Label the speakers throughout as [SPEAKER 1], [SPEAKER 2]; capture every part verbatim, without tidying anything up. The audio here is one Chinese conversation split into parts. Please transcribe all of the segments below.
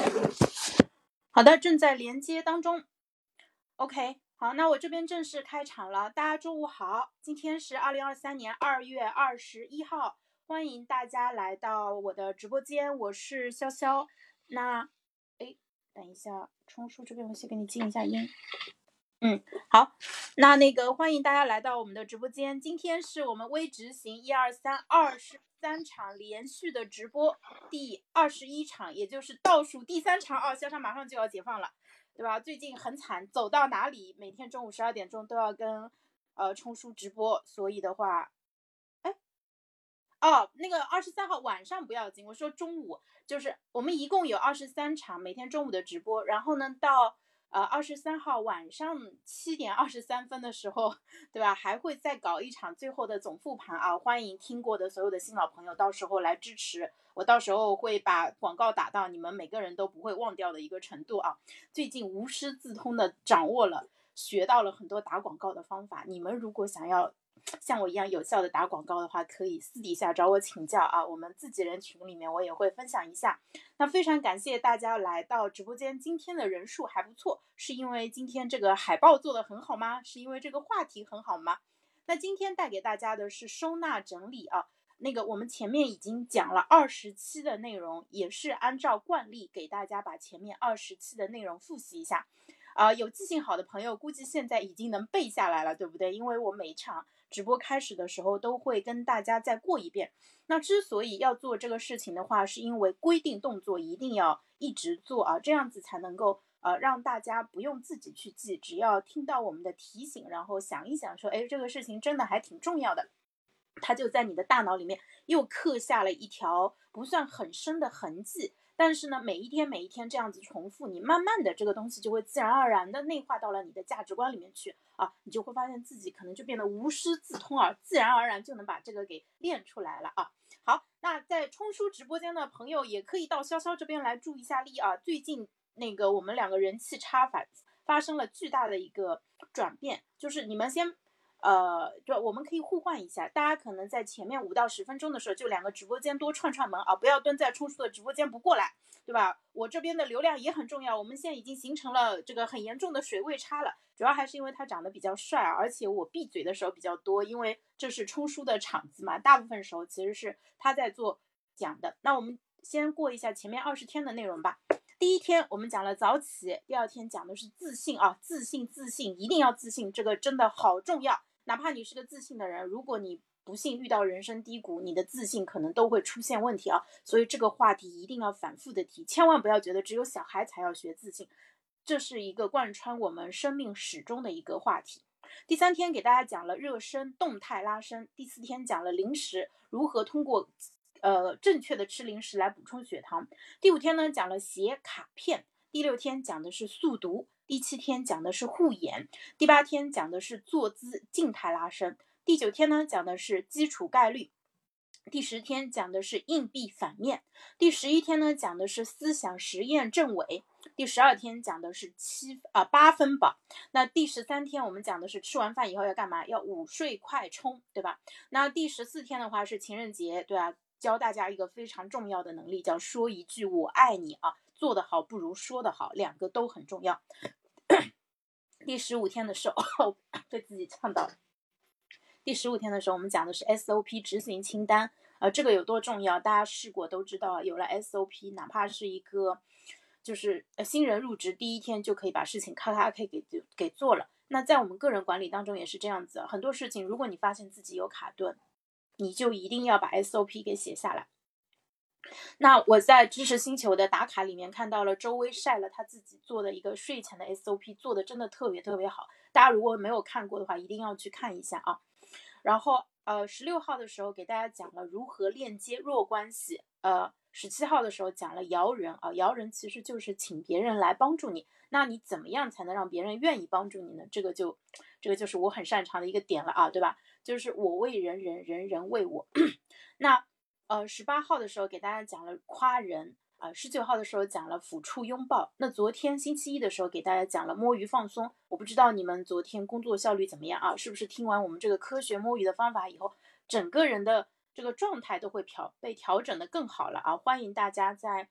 [SPEAKER 1] 好的，正在连接当中。OK， 好，那我这边正式开场了。大家中午好，今天是二零二三年二月二十一号，欢迎大家来到我的直播间，我是潇潇。那，哎，等一下，冲叔这边我先给你静一下音。嗯，好，那那个欢迎大家来到我们的直播间。今天是我们微执行一二三二十三场连续的直播，第二十一场，也就是倒数第三场啊，潇潇马上就要解放了，对吧？最近很惨，走到哪里每天中午十二点钟都要跟呃冲叔直播，所以的话，哎，哦，那个二十三号晚上不要紧，我说中午，就是我们一共有二十三场每天中午的直播，然后呢到。呃，二十三号晚上七点二十三分的时候，对吧？还会再搞一场最后的总复盘啊！欢迎听过的所有的新老朋友到时候来支持我，到时候会把广告打到你们每个人都不会忘掉的一个程度啊！最近无师自通的掌握了，学到了很多打广告的方法。你们如果想要像我一样有效的打广告的话，可以私底下找我请教啊，我们自己人群里面我也会分享一下。那非常感谢大家来到直播间，今天的人数还不错，是因为今天这个海报做得很好吗？是因为这个话题很好吗？那今天带给大家的是收纳整理啊，那个我们前面已经讲了二十期的内容，也是按照惯例给大家把前面二十期的内容复习一下。呃，有记性好的朋友估计现在已经能背下来了，对不对？因为我每场直播开始的时候都会跟大家再过一遍。那之所以要做这个事情的话，是因为规定动作一定要一直做啊，这样子才能够呃让大家不用自己去记，只要听到我们的提醒，然后想一想说，哎，这个事情真的还挺重要的，它就在你的大脑里面又刻下了一条不算很深的痕迹。但是呢，每一天每一天这样子重复，你慢慢的这个东西就会自然而然的内化到了你的价值观里面去啊，你就会发现自己可能就变得无师自通啊，自然而然就能把这个给练出来了啊。好，那在冲叔直播间的朋友也可以到潇潇这边来助一下力啊。最近那个我们两个人气差发发生了巨大的一个转变，就是你们先。呃，就我们可以互换一下，大家可能在前面五到十分钟的时候，就两个直播间多串串门啊，不要蹲在冲叔的直播间不过来，对吧？我这边的流量也很重要，我们现在已经形成了这个很严重的水位差了，主要还是因为他长得比较帅，而且我闭嘴的时候比较多，因为这是冲叔的场子嘛，大部分时候其实是他在做讲的。那我们先过一下前面二十天的内容吧。第一天我们讲了早起，第二天讲的是自信啊，自信自信，一定要自信，这个真的好重要。哪怕你是个自信的人，如果你不幸遇到人生低谷，你的自信可能都会出现问题啊。所以这个话题一定要反复的提，千万不要觉得只有小孩才要学自信，这是一个贯穿我们生命始终的一个话题。第三天给大家讲了热身动态拉伸，第四天讲了零食如何通过呃正确的吃零食来补充血糖，第五天呢讲了写卡片，第六天讲的是速读，第七天讲的是护眼，第八天讲的是坐姿静态拉伸，第九天呢讲的是基础概率，第十天讲的是硬币反面，第十一天呢讲的是思想实验正伪，第十二天讲的是七啊八分饱，那第十三天我们讲的是吃完饭以后要干嘛？要午睡快充，对吧？那第十四天的话是情人节，对吧？教大家一个非常重要的能力，叫说一句我爱你啊，做得好不如说得好，两个都很重要。第十五天的时候被自己呛到了。第十五天的时候我们讲的是 S O P 执行清单，呃，这个有多重要大家试过都知道，有了 S O P 哪怕是一个就是新人入职第一天就可以把事情咔咔可以给给做了。那在我们个人管理当中也是这样子，很多事情如果你发现自己有卡顿，你就一定要把 S O P 给写下来。那我在知识星球的打卡里面看到了周薇晒了他自己做的一个睡前的 S O P， 做的真的特别特别好，大家如果没有看过的话一定要去看一下啊。然后呃十六号的时候给大家讲了如何链接弱关系，呃十七号的时候讲了摇人啊，摇人其实就是请别人来帮助你，那你怎么样才能让别人愿意帮助你呢？这个就这个就是我很擅长的一个点了啊，对吧？就是我为人人，人人为我。那呃十八号的时候给大家讲了夸人啊，十九号的时候讲了抚触拥抱。那昨天星期一的时候给大家讲了摸鱼放松。我不知道你们昨天工作效率怎么样啊？是不是听完我们这个科学摸鱼的方法以后，整个人的这个状态都会调被调整的更好了啊？欢迎大家在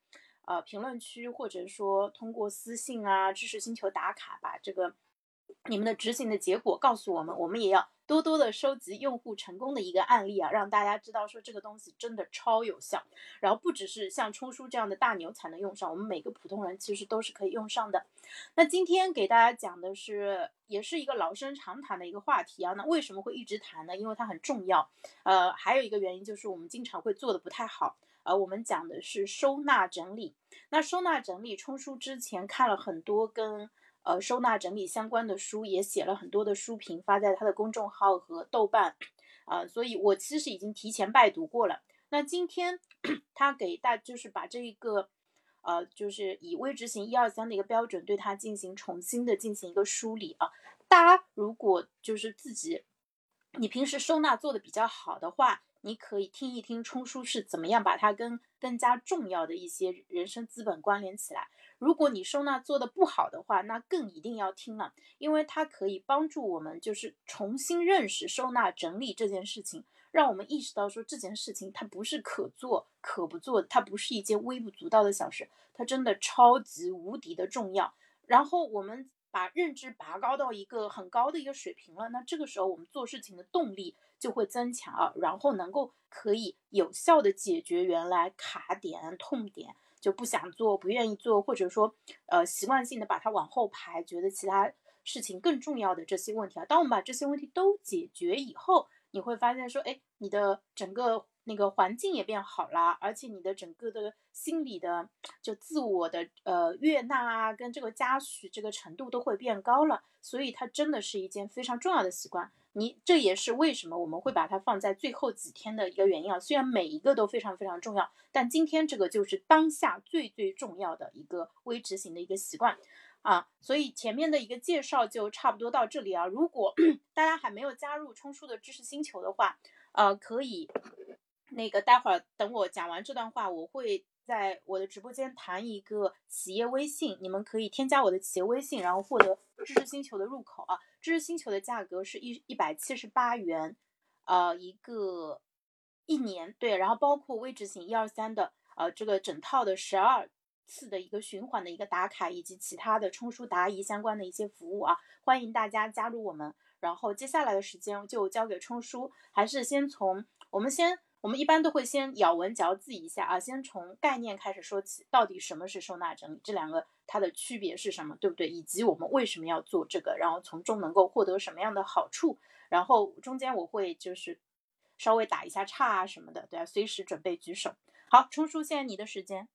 [SPEAKER 1] 呃评论区，或者说通过私信啊、知识星球打卡，把这个你们的执行的结果告诉我们，我们也要多多的收集用户成功的一个案例啊，让大家知道说这个东西真的超有效。然后不只是像冲叔这样的大牛才能用上，我们每个普通人其实都是可以用上的。那今天给大家讲的是，也是一个老生常谈的一个话题啊。那为什么会一直谈呢？因为它很重要。呃，还有一个原因就是我们经常会做的不太好。呃，我们讲的是收纳整理。那收纳整理，冲叔之前看了很多跟呃收纳整理相关的书，也写了很多的书评，发在他的公众号和豆瓣。呃，所以我其实已经提前拜读过了。那今天他给大就是把这一个呃，就是以微执行一二三的一个标准对它进行重新的进行一个梳理啊。大家如果就是自己你平时收纳做的比较好的话，你可以听一听冲叔是怎么样把它跟更加重要的一些人生资本关联起来。如果你收纳做的不好的话，那更一定要听了，因为它可以帮助我们就是重新认识收纳整理这件事情，让我们意识到说这件事情它不是可做可不做，它不是一件微不足道的小事，它真的超级无敌的重要。然后我们把认知拔高到一个很高的一个水平了，那这个时候我们做事情的动力就会增强，然后能够可以有效的解决原来卡点痛点，就不想做不愿意做，或者说呃习惯性的把它往后排，觉得其他事情更重要的这些问题啊。当我们把这些问题都解决以后，你会发现说，哎，你的整个那个环境也变好了，而且你的整个的心理的就自我的呃悦纳啊，跟这个嘉许这个程度都会变高了，所以它真的是一件非常重要的习惯。你这也是为什么我们会把它放在最后几天的一个原因啊。虽然每一个都非常非常重要，但今天这个就是当下最最重要的一个微执行的一个习惯。啊，所以前面的一个介绍就差不多到这里啊。如果大家还没有加入冲叔的知识星球的话，呃，可以那个待会儿等我讲完这段话，我会在我的直播间谈一个企业微信，你们可以添加我的企业微信，然后获得知识星球的入口啊。知识星球的价格是一一百七十八元，呃，一个一年，对，然后包括微执行一二三的呃这个整套的十二次的一个循环的一个打卡，以及其他的冲叔答疑相关的一些服务啊，欢迎大家加入我们。然后接下来的时间就交给冲叔，还是先从我们先我们一般都会先咬文嚼字一下啊，先从概念开始说起，到底什么是收纳整理，这两个它的区别是什么，对不对？以及我们为什么要做这个，然后从中能够获得什么样的好处，然后中间我会就是稍微打一下岔啊什么的，对啊，随时准备举手。好，冲叔，现在你的时间。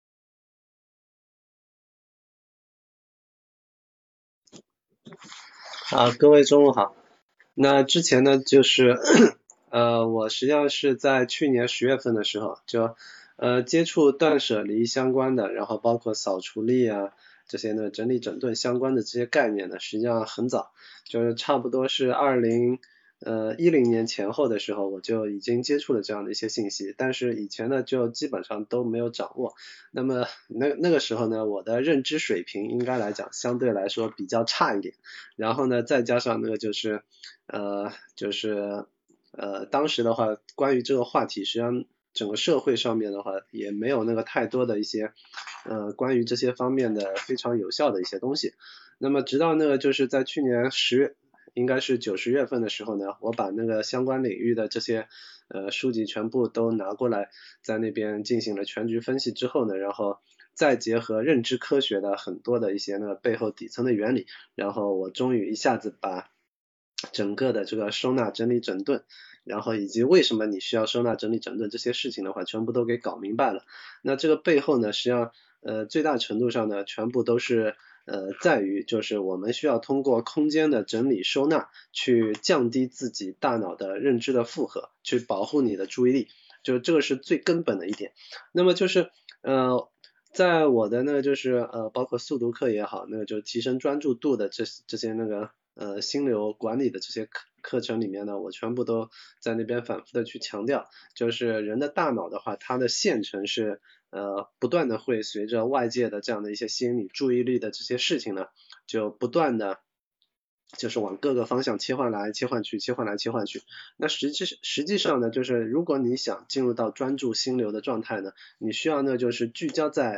[SPEAKER 2] 啊，各位中午好。那之前呢，就是呃，我实际上是在去年十月份的时候就呃接触断舍离相关的，然后包括扫除力啊这些呢，整理整顿相关的这些概念呢，实际上很早，就是差不多是二零呃一零年前后的时候，我就已经接触了这样的一些信息，但是以前呢就基本上都没有掌握。那么那那个时候呢，我的认知水平应该来讲相对来说比较差一点，然后呢再加上那个就是呃就是呃当时的话，关于这个话题，实际上整个社会上面的话也没有那个太多的一些呃关于这些方面的非常有效的一些东西。那么直到那个就是在去年十月，应该是九十月份的时候呢，我把那个相关领域的这些呃书籍全部都拿过来，在那边进行了全局分析之后呢，然后再结合认知科学的很多的一些那个背后底层的原理，然后我终于一下子把整个的这个收纳整理整顿，然后以及为什么你需要收纳整理整顿这些事情的话，全部都给搞明白了。那这个背后呢，实际上呃最大程度上呢，全部都是呃在于就是我们需要通过空间的整理收纳，去降低自己大脑的认知的负荷，去保护你的注意力，就这个是最根本的一点。那么就是呃在我的那个就是呃包括速读课也好，那个就提升专注度的这这些那个呃心流管理的这些课课程里面呢，我全部都在那边反复的去强调，就是人的大脑的话，它的线程是呃不断的会随着外界的这样的一些吸引你注意力的这些事情呢，就不断的就是往各个方向切换来切换去，切换来切换去。那实际实际上呢，就是如果你想进入到专注心流的状态呢，你需要呢就是聚焦在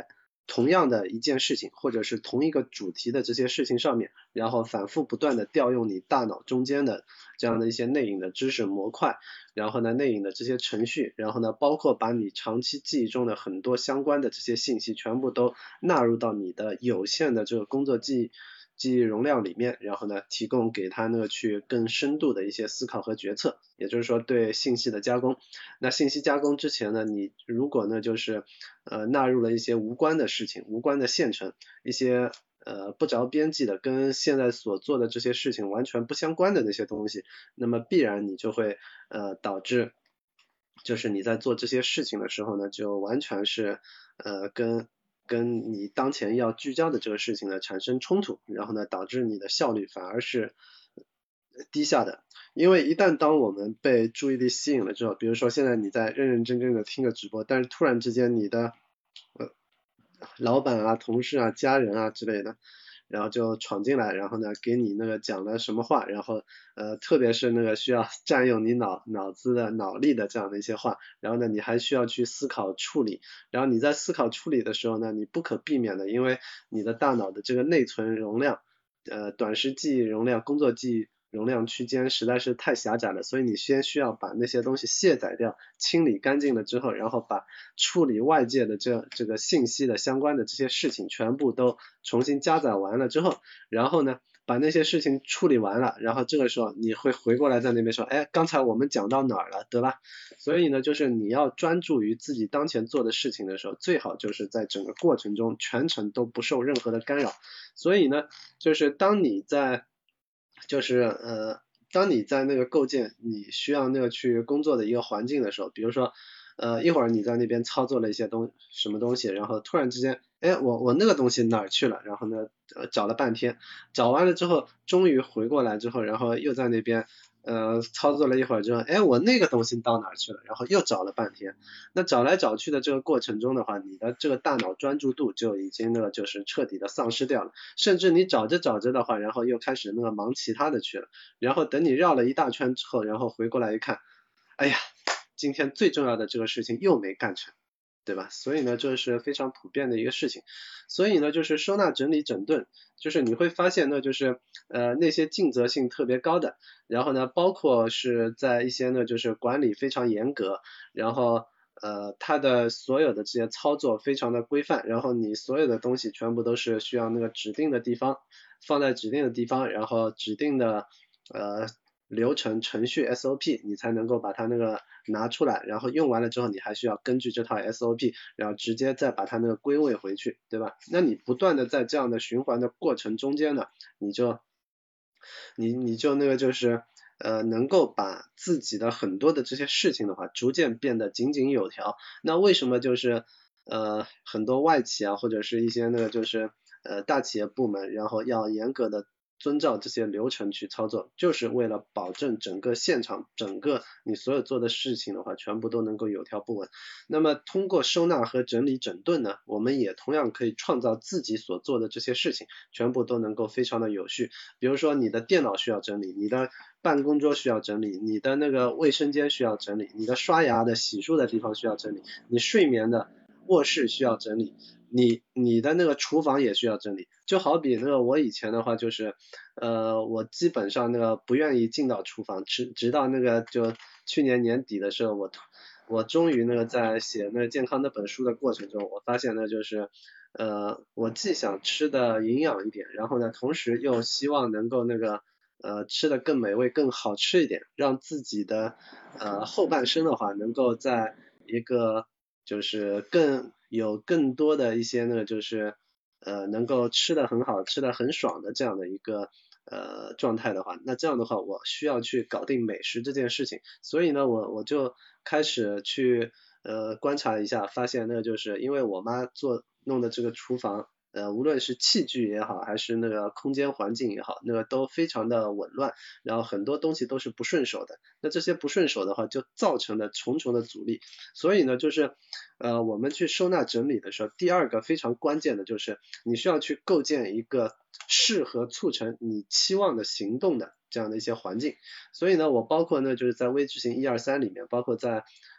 [SPEAKER 2] 同样的一件事情，或者是同一个主题的这些事情上面，然后反复不断的调用你大脑中间的这样的一些内隐的知识模块，然后呢内隐的这些程序，然后呢包括把你长期记忆中的很多相关的这些信息全部都纳入到你的有限的这个工作记忆记忆容量里面，然后呢提供给他那个去更深度的一些思考和决策，也就是说对信息的加工。那信息加工之前呢，你如果呢就是呃纳入了一些无关的事情，无关的线程，一些呃不着边际的跟现在所做的这些事情完全不相关的那些东西，那么必然你就会呃导致就是你在做这些事情的时候呢，就完全是呃跟跟你当前要聚焦的这个事情呢产生冲突，然后呢导致你的效率反而是低下的。因为一旦当我们被注意力吸引了之后，比如说现在你在认认真真的听个直播，但是突然之间你的呃老板啊、同事啊、家人啊之类的，然后就闯进来，然后呢给你那个讲了什么话，然后呃特别是那个需要占用你脑脑子的脑力的这样的一些话，然后呢你还需要去思考处理，然后你在思考处理的时候呢，你不可避免的，因为你的大脑的这个内存容量呃短时记忆容量、工作记忆容量区间实在是太狭窄了，所以你先需要把那些东西卸载掉，清理干净了之后，然后把处理外界的这这个信息的相关的这些事情全部都重新加载完了之后，然后呢把那些事情处理完了，然后这个时候你会回过来在那边说，哎，刚才我们讲到哪儿了，对吧？所以呢，就是你要专注于自己当前做的事情的时候，最好就是在整个过程中全程都不受任何的干扰。所以呢，就是当你在就是呃，当你在那个构建你需要那个去工作的一个环境的时候，比如说呃一会儿你在那边操作了一些东什么东西，然后突然之间，哎我我那个东西哪儿去了？然后呢呃找了半天，找完了之后，终于回过来之后，然后又在那边呃操作了一会儿之后，哎我那个东西到哪儿去了？然后又找了半天，那找来找去的这个过程中的话，你的这个大脑专注度就已经那个就是彻底的丧失掉了，甚至你找着找着的话，然后又开始那个忙其他的去了，然后等你绕了一大圈之后，然后回过来一看，哎呀，今天最重要的这个事情又没干成。对吧？所以呢，这是非常普遍的一个事情。所以呢，就是收纳整理整顿，就是你会发现呢，就是呃那些尽责性特别高的，然后呢，包括是在一些呢就是管理非常严格，然后呃它的所有的这些操作非常的规范，然后你所有的东西全部都是需要那个指定的地方放在指定的地方，然后指定的呃流程程序 S O P 你才能够把它那个拿出来，然后用完了之后你还需要根据这套 S O P 然后直接再把它那个归位回去，对吧？那你不断的在这样的循环的过程中间呢，你就你你就那个就是呃能够把自己的很多的这些事情的话逐渐变得井井有条。那为什么就是呃很多外企啊或者是一些那个就是呃大企业部门，然后要严格的遵照这些流程去操作，就是为了保证整个现场整个你所有做的事情的话全部都能够有条不紊。那么通过收纳和整理整顿呢，我们也同样可以创造自己所做的这些事情全部都能够非常的有序。比如说你的电脑需要整理，你的办公桌需要整理，你的那个卫生间需要整理，你的刷牙的洗漱的地方需要整理，你睡眠的卧室需要整理，你你的那个厨房也需要整理。就好比那个我以前的话就是呃我基本上那个不愿意进到厨房，直直到那个就去年年底的时候，我我终于那个在写那个健康那本书的过程中，我发现呢就是呃我既想吃的营养一点，然后呢同时又希望能够那个呃吃的更美味更好吃一点，让自己的呃后半生的话能够在一个就是更有更多的一些呢就是呃能够吃的很好吃的很爽的这样的一个呃状态的话，那这样的话我需要去搞定美食这件事情，所以呢我我就开始去呃观察一下，发现那就是因为我妈做弄的这个厨房呃无论是器具也好还是那个空间环境也好，那个都非常的紊乱，然后很多东西都是不顺手的，那这些不顺手的话就造成了重重的阻力。所以呢就是呃我们去收纳整理的时候，第二个非常关键的就是你需要去构建一个适合促成你期望的行动的这样的一些环境。所以呢我包括呢就是在微执行一二三里面，包括在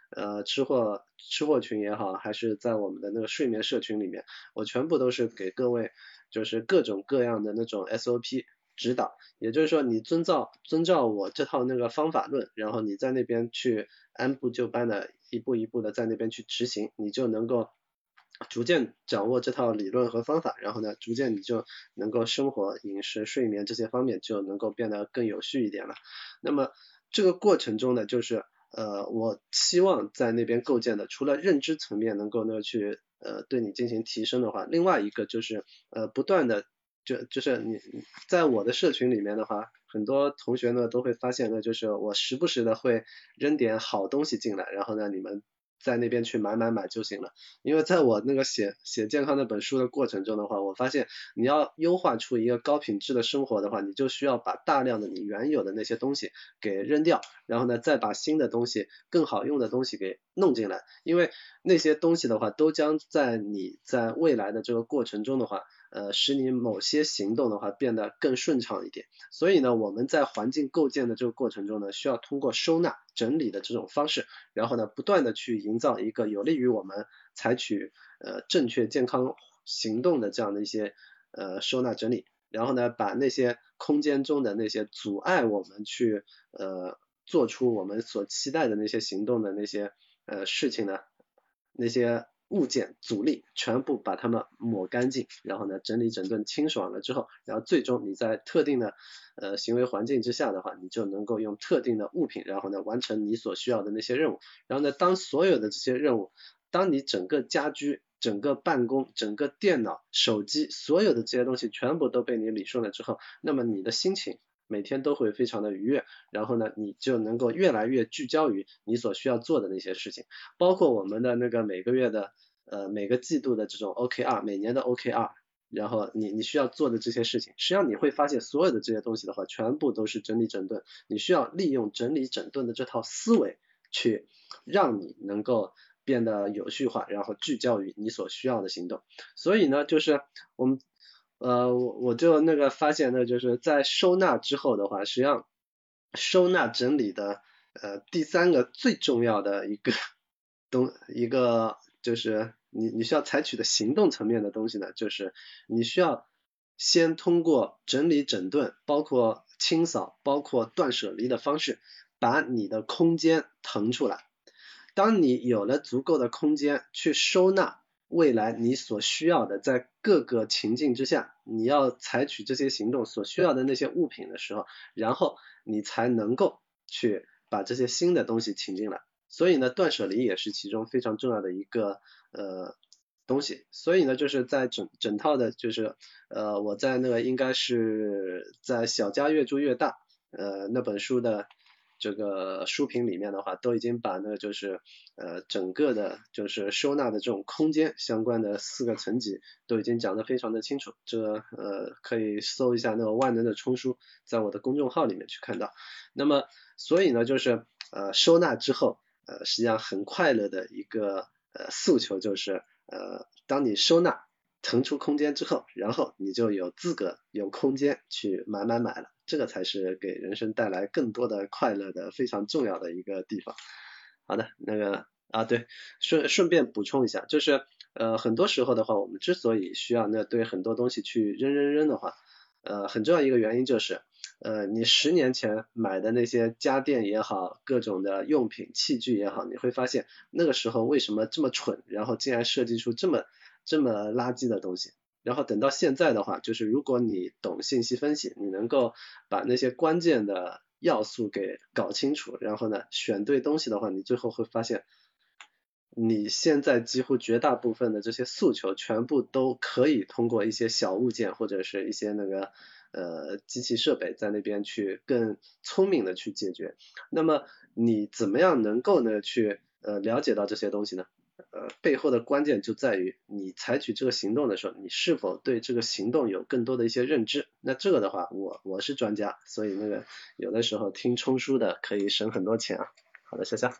[SPEAKER 2] 呃吃货吃货群也好，还是在我们的那个睡眠社群里面，我全部都是给各位就是各种各样的那种 S O P 指导，也就是说你遵照遵照我这套那个方法论，然后你在那边去按部就班的一步一步的在那边去执行，你就能够逐渐掌握这套理论和方法，然后呢，逐渐你就能够生活、饮食、睡眠这些方面就能够变得更有序一点了。那么这个过程中呢，就是呃，我希望在那边构建的，除了认知层面能够呢去呃对你进行提升的话，另外一个就是呃不断的就就是你在我的社群里面的话，很多同学呢都会发现呢，就是我时不时的会扔点好东西进来，然后呢你们在那边去买买买就行了。因为在我那个写写健康那本书的过程中的话，我发现你要优化出一个高品质的生活的话，你就需要把大量的你原有的那些东西给扔掉，然后呢再把新的东西更好用的东西给弄进来，因为那些东西的话都将在你在未来的这个过程中的话呃，使你某些行动的话变得更顺畅一点。所以呢，我们在环境构建的这个过程中呢，需要通过收纳整理的这种方式，然后呢，不断的去营造一个有利于我们采取呃正确健康行动的这样的一些呃收纳整理，然后呢，把那些空间中的那些阻碍我们去呃做出我们所期待的那些行动的那些呃事情呢，那些物件阻力全部把它们抹干净，然后呢整理整顿清爽了之后，然后最终你在特定的呃行为环境之下的话，你就能够用特定的物品，然后呢完成你所需要的那些任务。然后呢当所有的这些任务，当你整个家居、整个办公、整个电脑、手机所有的这些东西全部都被你理顺了之后，那么你的心情每天都会非常的愉悦，然后呢你就能够越来越聚焦于你所需要做的那些事情，包括我们的那个每个月的呃每个季度的这种 O K R， 每年的 O K R， 然后你你需要做的这些事情，实际上你会发现所有的这些东西的话全部都是整理整顿，你需要利用整理整顿的这套思维去让你能够变得有序化，然后聚焦于你所需要的行动。所以呢就是我们呃我我就那个发现呢，就是在收纳之后的话，实际上收纳整理的呃第三个最重要的一个东一个就是你你需要采取的行动层面的东西呢，就是你需要先通过整理整顿，包括清扫，包括断舍离的方式，把你的空间腾出来。当你有了足够的空间去收纳未来你所需要的，在各个情境之下你要采取这些行动所需要的那些物品的时候，然后你才能够去把这些新的东西请进来。所以呢，断舍离也是其中非常重要的一个呃东西。所以呢，就是在整整套的，就是呃我在那个应该是在小家越住越大呃那本书的这个书评里面的话，都已经把那个就是呃整个的就是收纳的这种空间相关的四个层级都已经讲得非常的清楚。这呃可以搜一下那个万能的冲书，在我的公众号里面去看到。那么所以呢，就是呃收纳之后。呃，实际上很快乐的一个呃诉求就是，呃，当你收纳腾出空间之后，然后你就有资格有空间去买买买了，这个才是给人生带来更多的快乐的非常重要的一个地方。好的，那个啊对，顺顺便补充一下，就是呃很多时候的话，我们之所以需要那对很多东西去扔扔扔的话，呃很重要一个原因就是。呃，你十年前买的那些家电也好，各种的用品器具也好，你会发现那个时候为什么这么蠢，然后竟然设计出这么这么垃圾的东西。然后等到现在的话，就是如果你懂信息分析，你能够把那些关键的要素给搞清楚，然后呢选对东西的话，你最后会发现，你现在几乎绝大部分的这些诉求全部都可以通过一些小物件或者是一些那个呃机器设备在那边去更聪明的去解决。那么你怎么样能够呢去呃了解到这些东西呢？呃背后的关键就在于你采取这个行动的时候，你是否对这个行动有更多的一些认知。那这个的话，我我是专家，所以那个有的时候听冲书的可以省很多钱啊。好的，潇潇。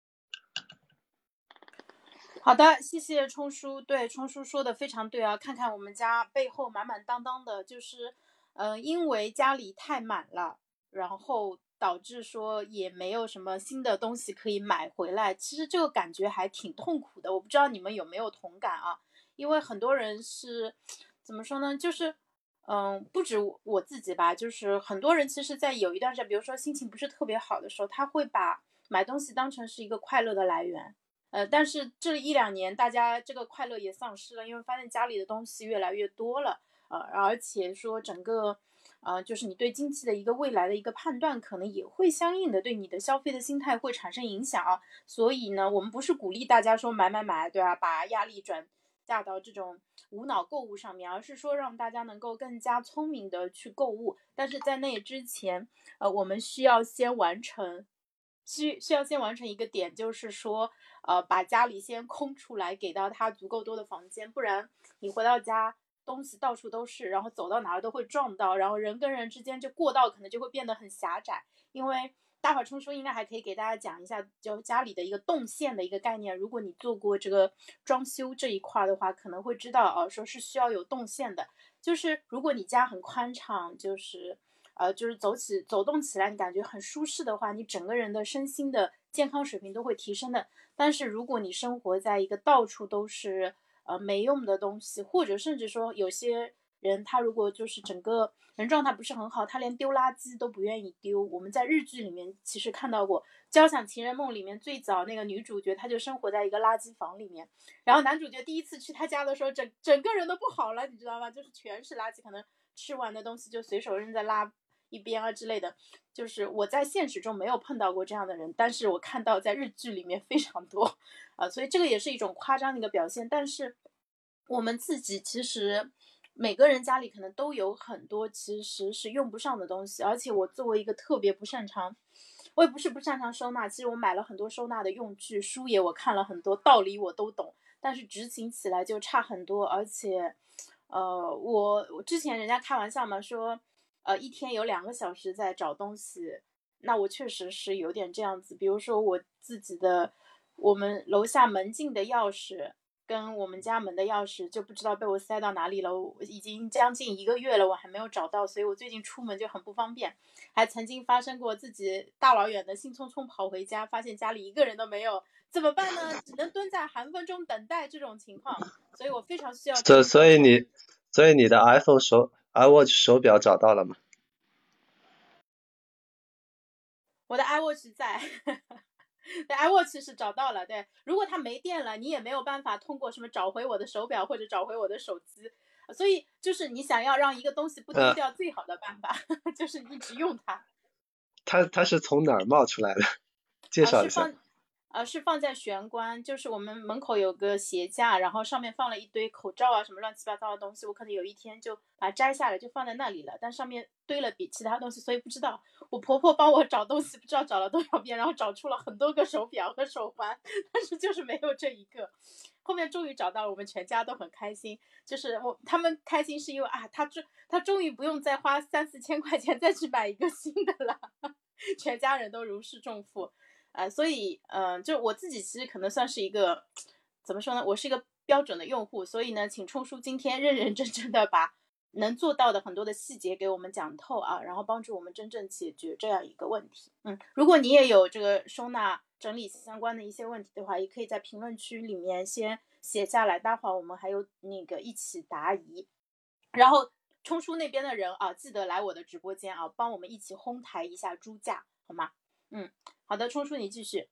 [SPEAKER 1] 好的，谢谢冲叔。对，冲叔说的非常对啊，看看我们家背后满满当当的，就是，呃，因为家里太满了，然后导致说也没有什么新的东西可以买回来，其实这个感觉还挺痛苦的。我不知道你们有没有同感啊？因为很多人是怎么说呢，就是嗯，不止我自己吧，就是很多人其实在有一段时间，比如说心情不是特别好的时候，他会把买东西当成是一个快乐的来源。呃，但是这一两年大家这个快乐也丧失了，因为发现家里的东西越来越多了，呃，而且说整个呃，就是你对经济的一个未来的一个判断，可能也会相应的对你的消费的心态会产生影响啊。所以呢，我们不是鼓励大家说买买买，对吧？把压力转嫁到这种无脑购物上面，而是说让大家能够更加聪明的去购物。但是在那之前，呃，我们需要先完成。需需要先完成一个点，就是说，呃，把家里先空出来，给到他足够多的房间，不然你回到家东西到处都是，然后走到哪儿都会撞到，然后人跟人之间这过道可能就会变得很狭窄。因为大会冲叔应该还可以给大家讲一下，就家里的一个动线的一个概念。如果你做过这个装修这一块的话，可能会知道啊，说是需要有动线的。就是如果你家很宽敞，就是呃，就是走起走动起来，你感觉很舒适的话，你整个人的身心的健康水平都会提升的。但是如果你生活在一个到处都是呃没用的东西，或者甚至说有些人他如果就是整个人状态不是很好，他连丢垃圾都不愿意丢。我们在日剧里面其实看到过《交响情人梦》里面最早那个女主角，她就生活在一个垃圾房里面，然后男主角第一次去她家的时候，整整个人都不好了，你知道吗？就是全是垃圾，可能吃完的东西就随手扔在垃一边啊之类的。就是我在现实中没有碰到过这样的人，但是我看到在日剧里面非常多啊、呃，所以这个也是一种夸张的一个表现。但是我们自己其实每个人家里可能都有很多其实是用不上的东西，而且我作为一个特别不擅长，我也不是不擅长收纳，其实我买了很多收纳的用具，书也我看了很多，道理我都懂，但是执行起来就差很多。而且呃，我我之前人家开玩笑嘛，说呃一天有两个小时在找东西，那我确实是有点这样子。比如说我自己的我们楼下门禁的钥匙跟我们家门的钥匙就不知道被我塞到哪里了，我已经将近一个月了，我还没有找到，所以我最近出门就很不方便。还曾经发生过自己大老远的兴匆匆跑回家，发现家里一个人都没有，怎么办呢？只能蹲在寒风中等待这种情况，所以我非常需要
[SPEAKER 2] 所
[SPEAKER 1] 充足充
[SPEAKER 2] 所以你所以你的 iPhone 手 iWatch 手表找到了吗？
[SPEAKER 1] 我的 iWatch 在对 iWatch 是找到了。对，如果它没电了，你也没有办法通过什么找回我的手表或者找回我的手机。所以就是你想要让一个东西不丢掉，最好的办法、呃、就是一直用它。
[SPEAKER 2] 它它是从哪儿冒出来的？介
[SPEAKER 1] 啊、呃，
[SPEAKER 2] 绍一下。
[SPEAKER 1] 是放呃，是放在玄关，就是我们门口有个鞋架，然后上面放了一堆口罩啊，什么乱七八糟的东西。我可能有一天就把它摘下来，就放在那里了，但上面堆了比其他东西，所以不知道。我婆婆帮我找东西，不知道找了多少遍，然后找出了很多个手表和手环，但是就是没有这一个。后面终于找到了，我们全家都很开心。就是我他们开心是因为啊，他终他终于不用再花三四千块钱再去买一个新的了，全家人都如释重负。呃，所以，嗯、呃，就我自己其实可能算是一个，怎么说呢？我是一个标准的用户，所以呢，请冲叔今天认认真真的把能做到的很多的细节给我们讲透啊，然后帮助我们真正解决这样一个问题。嗯，如果你也有这个收纳整理相关的一些问题的话，也可以在评论区里面先写下来，待会儿我们还有那个一起答疑。然后冲叔那边的人啊，记得来我的直播间啊，帮我们一起哄抬一下猪价，好吗？嗯，好的，冲叔你继续。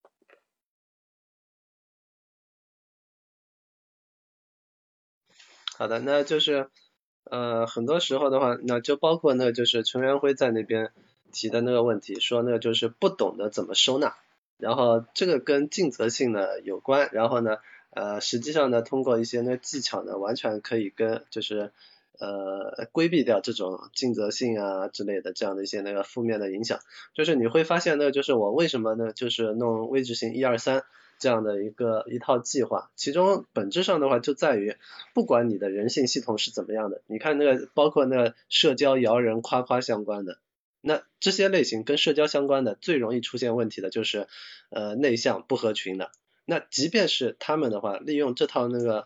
[SPEAKER 2] 好的，那就是呃很多时候的话，那就包括那个就是陈元辉在那边提的那个问题，说那个就是不懂得怎么收纳，然后这个跟尽责性呢有关，然后呢呃实际上呢通过一些那技巧呢，完全可以跟就是呃规避掉这种尽责性啊之类的这样的一些那个负面的影响。就是你会发现呢，就是我为什么呢就是弄微执行一二三这样的一个一套计划，其中本质上的话就在于，不管你的人性系统是怎么样的，你看那个包括那个社交摇人夸夸相关的，那这些类型跟社交相关的最容易出现问题的就是呃内向不合群的。那即便是他们的话，利用这套那个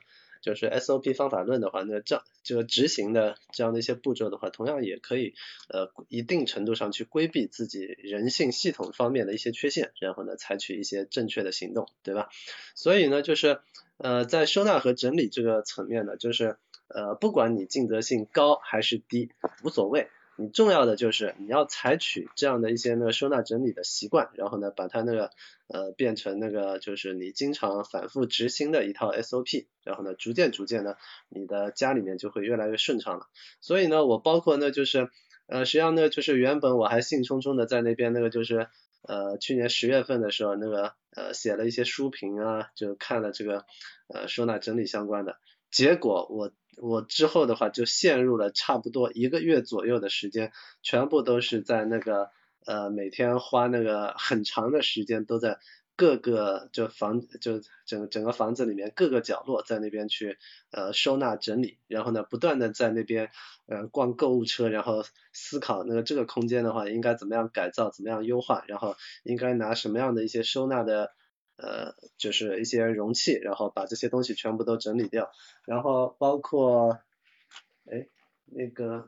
[SPEAKER 2] 就是 S O P 方法论的话，那这这个执行的这样的一些步骤的话，同样也可以呃一定程度上去规避自己人性系统方面的一些缺陷，然后呢采取一些正确的行动，对吧？所以呢就是呃在收纳和整理这个层面呢，就是呃不管你尽责性高还是低无所谓，你重要的就是你要采取这样的一些那个收纳整理的习惯，然后呢把它那个呃变成那个就是你经常反复执行的一套 S O P， 然后呢逐渐逐渐的你的家里面就会越来越顺畅了。所以呢我包括呢就是呃实际上呢就是原本我还兴冲冲的在那边那个就是呃去年十月份的时候那个呃写了一些书评啊，就看了这个呃收纳整理相关的，结果我我之后的话就陷入了差不多一个月左右的时间，全部都是在那个呃每天花那个很长的时间都在各个就房就整整个房子里面各个角落在那边去呃收纳整理，然后呢不断的在那边呃逛购物车，然后思考那个这个空间的话应该怎么样改造，怎么样优化，然后应该拿什么样的一些收纳的呃就是一些容器，然后把这些东西全部都整理掉，然后包括哎那个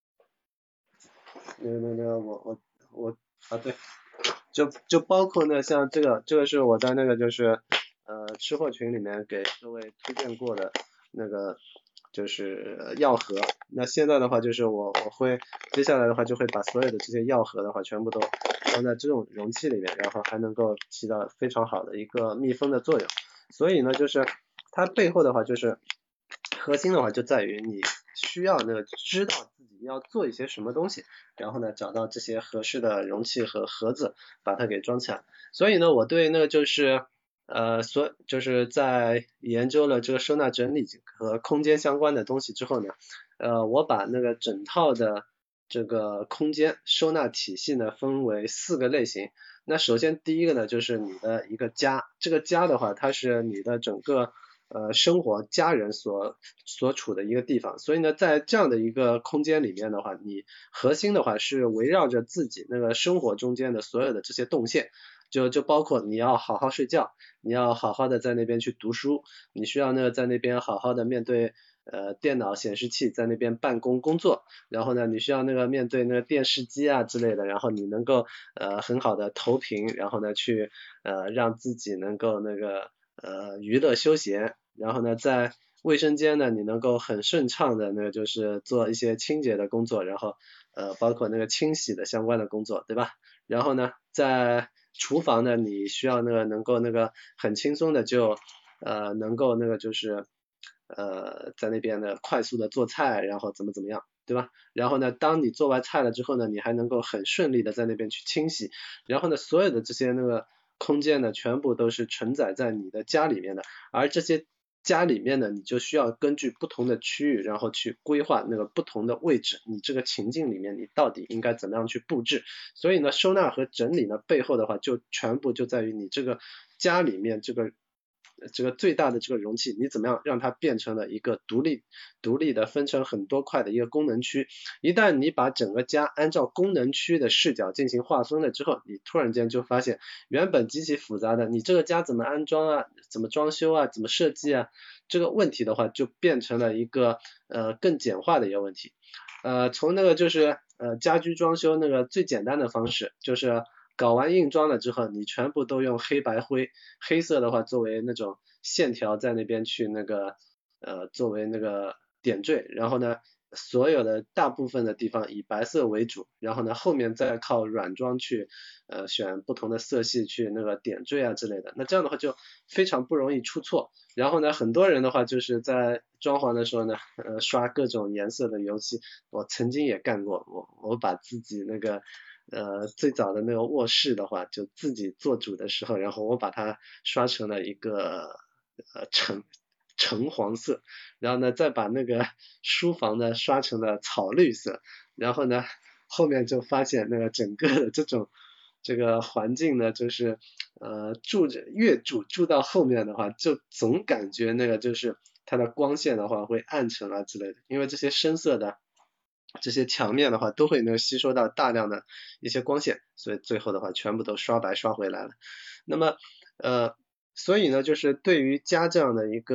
[SPEAKER 2] 那个那个我我我啊对，就就包括呢像这个这个是我在那个就是呃吃货群里面给各位推荐过的那个就是药盒，那现在的话就是我我会接下来的话就会把所有的这些药盒的话全部都放在这种容器里面，然后还能够起到非常好的一个密封的作用。所以呢就是它背后的话就是核心的话就在于你需要那个知道自己要做一些什么东西，然后呢找到这些合适的容器和盒子把它给装起来。所以呢我对那个就是呃所就是在研究了这个收纳整理和空间相关的东西之后呢，呃我把那个整套的这个空间收纳体系呢分为四个类型。那首先第一个呢就是你的一个家，这个家的话它是你的整个呃生活家人所所处的一个地方，所以呢在这样的一个空间里面的话，你核心的话是围绕着自己那个生活中间的所有的这些动线，就就包括你要好好睡觉，你要好好的在那边去读书，你需要那个在那边好好的面对呃电脑显示器在那边办公工作，然后呢你需要那个面对那个电视机啊之类的，然后你能够呃很好的投屏，然后呢去呃让自己能够那个呃娱乐休闲，然后呢在卫生间呢你能够很顺畅的那个就是做一些清洁的工作，然后呃包括那个清洗的相关的工作，对吧？然后呢在厨房呢你需要那个能够那个很轻松的就呃能够那个就是呃在那边呢快速的做菜，然后怎么怎么样，对吧？然后呢当你做完菜了之后呢，你还能够很顺利的在那边去清洗，然后呢所有的这些那个空间呢全部都是承载在你的家里面的，而这些家里面呢你就需要根据不同的区域然后去规划那个不同的位置，你这个情境里面你到底应该怎么样去布置。所以呢收纳和整理呢背后的话就全部就在于你这个家里面这个这个最大的这个容器，你怎么样让它变成了一个独立独立的分成很多块的一个功能区。一旦你把整个家按照功能区的视角进行划分了之后，你突然间就发现原本极其复杂的你这个家怎么安装啊，怎么装修啊，怎么设计啊，这个问题的话就变成了一个呃更简化的一个问题。呃从那个就是呃家居装修那个最简单的方式，就是搞完硬装了之后，你全部都用黑白灰，黑色的话作为那种线条在那边去那个呃作为那个点缀，然后呢所有的大部分的地方以白色为主，然后呢后面再靠软装去呃选不同的色系去那个点缀啊之类的，那这样的话就非常不容易出错。然后呢很多人的话就是在装潢的时候呢呃刷各种颜色的油漆，我曾经也干过，我我把自己那个呃最早的那个卧室的话就自己做主的时候，然后我把它刷成了一个呃橙橙黄色，然后呢再把那个书房呢刷成了草绿色，然后呢后面就发现那个整个的这种这个环境呢就是呃住着越住住到后面的话就总感觉那个就是它的光线的话会暗沉啊之类的，因为这些深色的这些墙面的话都会能吸收到大量的一些光线，所以最后的话全部都刷白刷回来了。那么呃所以呢就是对于家这样的一个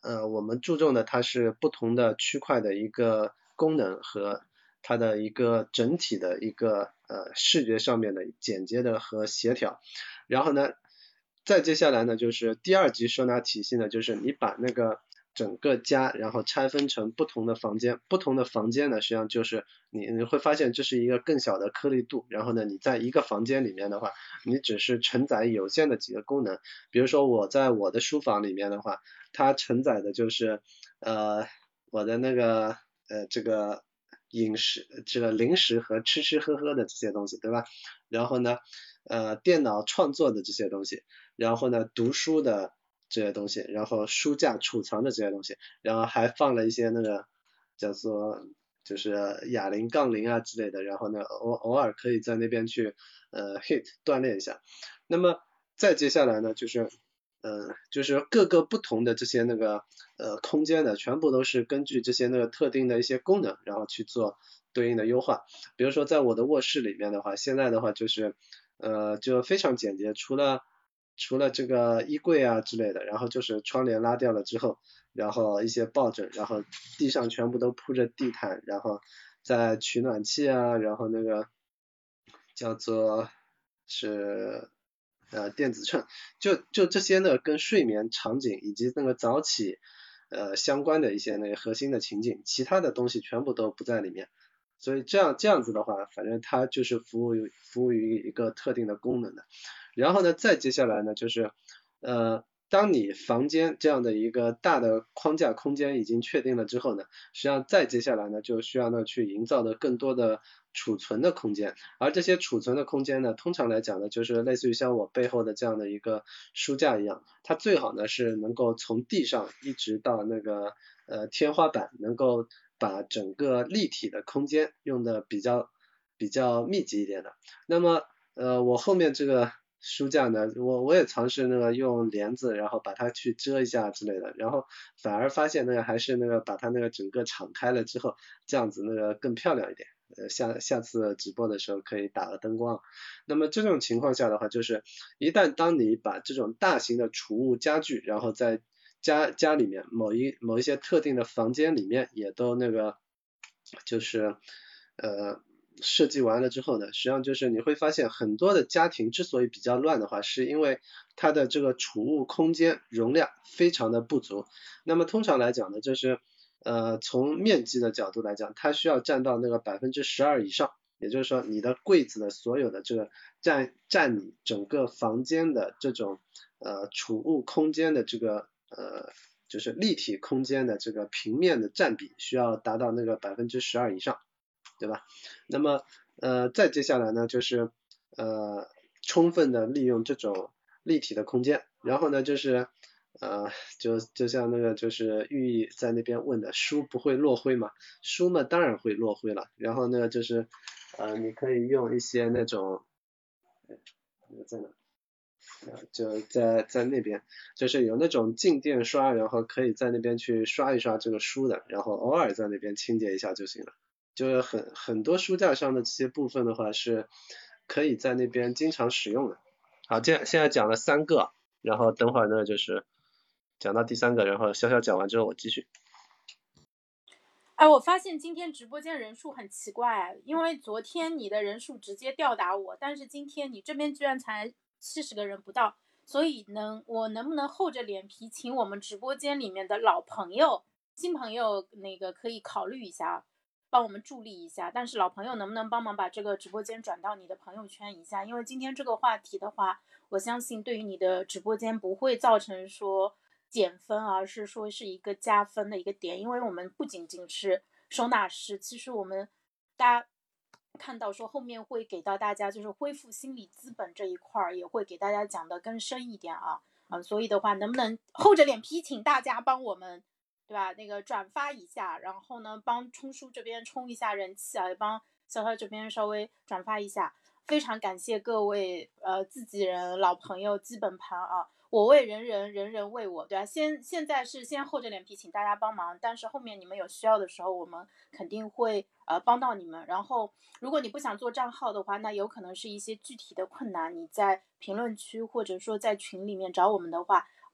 [SPEAKER 2] 呃我们注重的它是不同的区块的一个功能和它的一个整体的一个呃视觉上面的简洁的和协调。然后呢再接下来呢就是第二级收纳体系呢，就是你把那个整个家然后拆分成不同的房间，不同的房间呢实际上就是你你会发现这是一个更小的颗粒度，然后呢你在一个房间里面的话，你只是承载有限的几个功能。比如说我在我的书房里面的话，它承载的就是呃我的那个呃这个饮食这个零食和吃吃喝喝的这些东西，对吧？然后呢呃电脑创作的这些东西，然后呢读书的这些东西，然后书架储藏的这些东西，然后还放了一些那个叫做就是哑铃、杠铃啊之类的，然后呢偶偶尔可以在那边去呃 hit 锻炼一下。那么再接下来呢就是呃就是各个不同的这些那个呃空间的全部都是根据这些那个特定的一些功能，然后去做对应的优化。比如说在我的卧室里面的话，现在的话就是呃就非常简洁，除了除了这个衣柜啊之类的，然后就是窗帘拉掉了之后，然后一些抱枕，然后地上全部都铺着地毯，然后再取暖器啊，然后那个叫做是呃电子秤，就就这些呢跟睡眠场景以及那个早起呃相关的一些那个核心的情景，其他的东西全部都不在里面。所以这样这样子的话，反正它就是服务于服务于一个特定的功能的。然后呢，再接下来呢，就是呃，当你房间这样的一个大的框架空间已经确定了之后呢，实际上再接下来呢，就需要呢去营造的更多的储存的空间，而这些储存的空间呢，通常来讲呢，就是类似于像我背后的这样的一个书架一样，它最好呢是能够从地上一直到那个呃天花板，能够把整个立体的空间用的比较比较密集一点的。那么呃，我后面这个书架呢，我我也尝试那个用帘子，然后把它去遮一下之类的，然后反而发现那个还是那个把它那个整个敞开了之后，这样子那个更漂亮一点。呃，下下次直播的时候可以打个灯光。那么这种情况下的话，就是一旦当你把这种大型的储物家具，然后在家家里面某一某一些特定的房间里面也都那个就是呃设计完了之后呢，实际上就是你会发现很多的家庭之所以比较乱的话，是因为它的这个储物空间容量非常的不足。那么通常来讲呢，就是呃从面积的角度来讲，它需要占到那个百分之十二以上，也就是说你的柜子的所有的这个占占你整个房间的这种呃储物空间的这个呃就是立体空间的这个平面的占比需要达到那个百分之十二以上，对吧？那么呃再接下来呢就是呃充分的利用这种立体的空间，然后呢就是呃就就像那个就是寓意在那边问的，书不会落灰嘛？书嘛当然会落灰了。然后呢就是呃你可以用一些那种呃在哪？就在在那边，就是有那种静电刷，然后可以在那边去刷一刷这个书的，然后偶尔在那边清洁一下就行了。就是很很多书架上的这些部分的话是可以在那边经常使用的。好，这样现在讲了三个，然后等会儿呢就是讲到第三个，然后潇潇讲完之后我继续。
[SPEAKER 1] 哎，我发现今天直播间人数很奇怪，因为昨天你的人数直接吊打我，但是今天你这边居然才七十个人不到，所以能我能不能厚着脸皮请我们直播间里面的老朋友、新朋友那个可以考虑一下，帮我们助力一下。但是老朋友能不能帮忙把这个直播间转到你的朋友圈一下？因为今天这个话题的话，我相信对于你的直播间不会造成说减分，而是说是一个加分的一个点。因为我们不仅仅是收纳师，其实我们大家看到说后面会给到大家就是恢复心理资本这一块，也会给大家讲的更深一点啊。嗯，所以的话能不能厚着脸皮请大家帮我们对吧那个转发一下，然后呢帮冲叔这边冲一下人气啊，也帮潇潇这边稍微转发一下。非常感谢各位呃自己人老朋友基本盘啊，我为人人，人人为我，对吧？先现在是先厚着脸皮请大家帮忙，但是后面你们有需要的时候，我们肯定会呃帮到你们。然后如果你不想做账号的话，那有可能是一些具体的困难，你在评论区或者说在群里面找我们的话，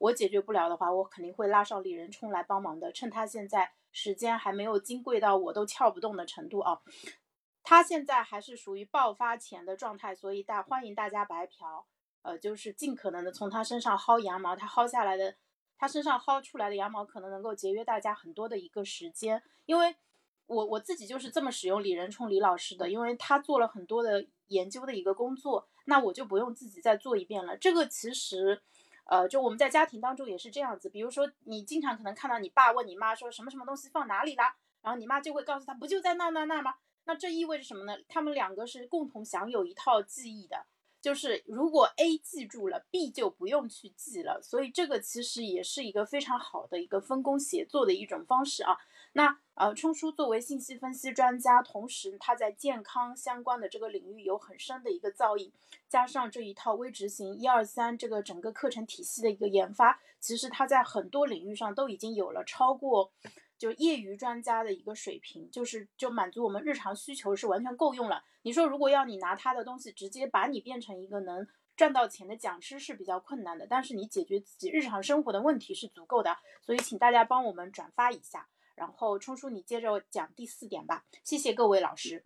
[SPEAKER 1] 我解决不了的话，我肯定会拉上李仁冲来帮忙的，趁他现在时间还没有金贵到我都撬不动的程度啊。他现在还是属于爆发前的状态，所以大欢迎大家白嫖，呃，就是尽可能的从他身上薅羊毛，他薅下来的，他身上薅出来的羊毛可能能够节约大家很多的一个时间，因为我我自己就是这么使用李仁冲李老师的，因为他做了很多的研究的一个工作，那我就不用自己再做一遍了。这个其实，呃，就我们在家庭当中也是这样子，比如说你经常可能看到你爸问你妈说什么什么东西放哪里啦，然后你妈就会告诉他不就在那那那吗？那这意味着什么呢？他们两个是共同享有一套记忆的，就是如果 A 记住了 B 就不用去记了，所以这个其实也是一个非常好的一个分工协作的一种方式啊。那呃，冲叔作为信息分析专家，同时他在健康相关的这个领域有很深的一个造诣，加上这一套微执行一二三这个整个课程体系的一个研发，其实他在很多领域上都已经有了超过就业余专家的一个水平，就是就满足我们日常需求是完全够用了。你说如果要你拿他的东西直接把你变成一个能赚到钱的讲师是比较困难的，但是你解决自己日常生活的问题是足够的，所以请大家帮我们转发一下。然后冲叔你接着讲第四点吧，谢谢各位老师。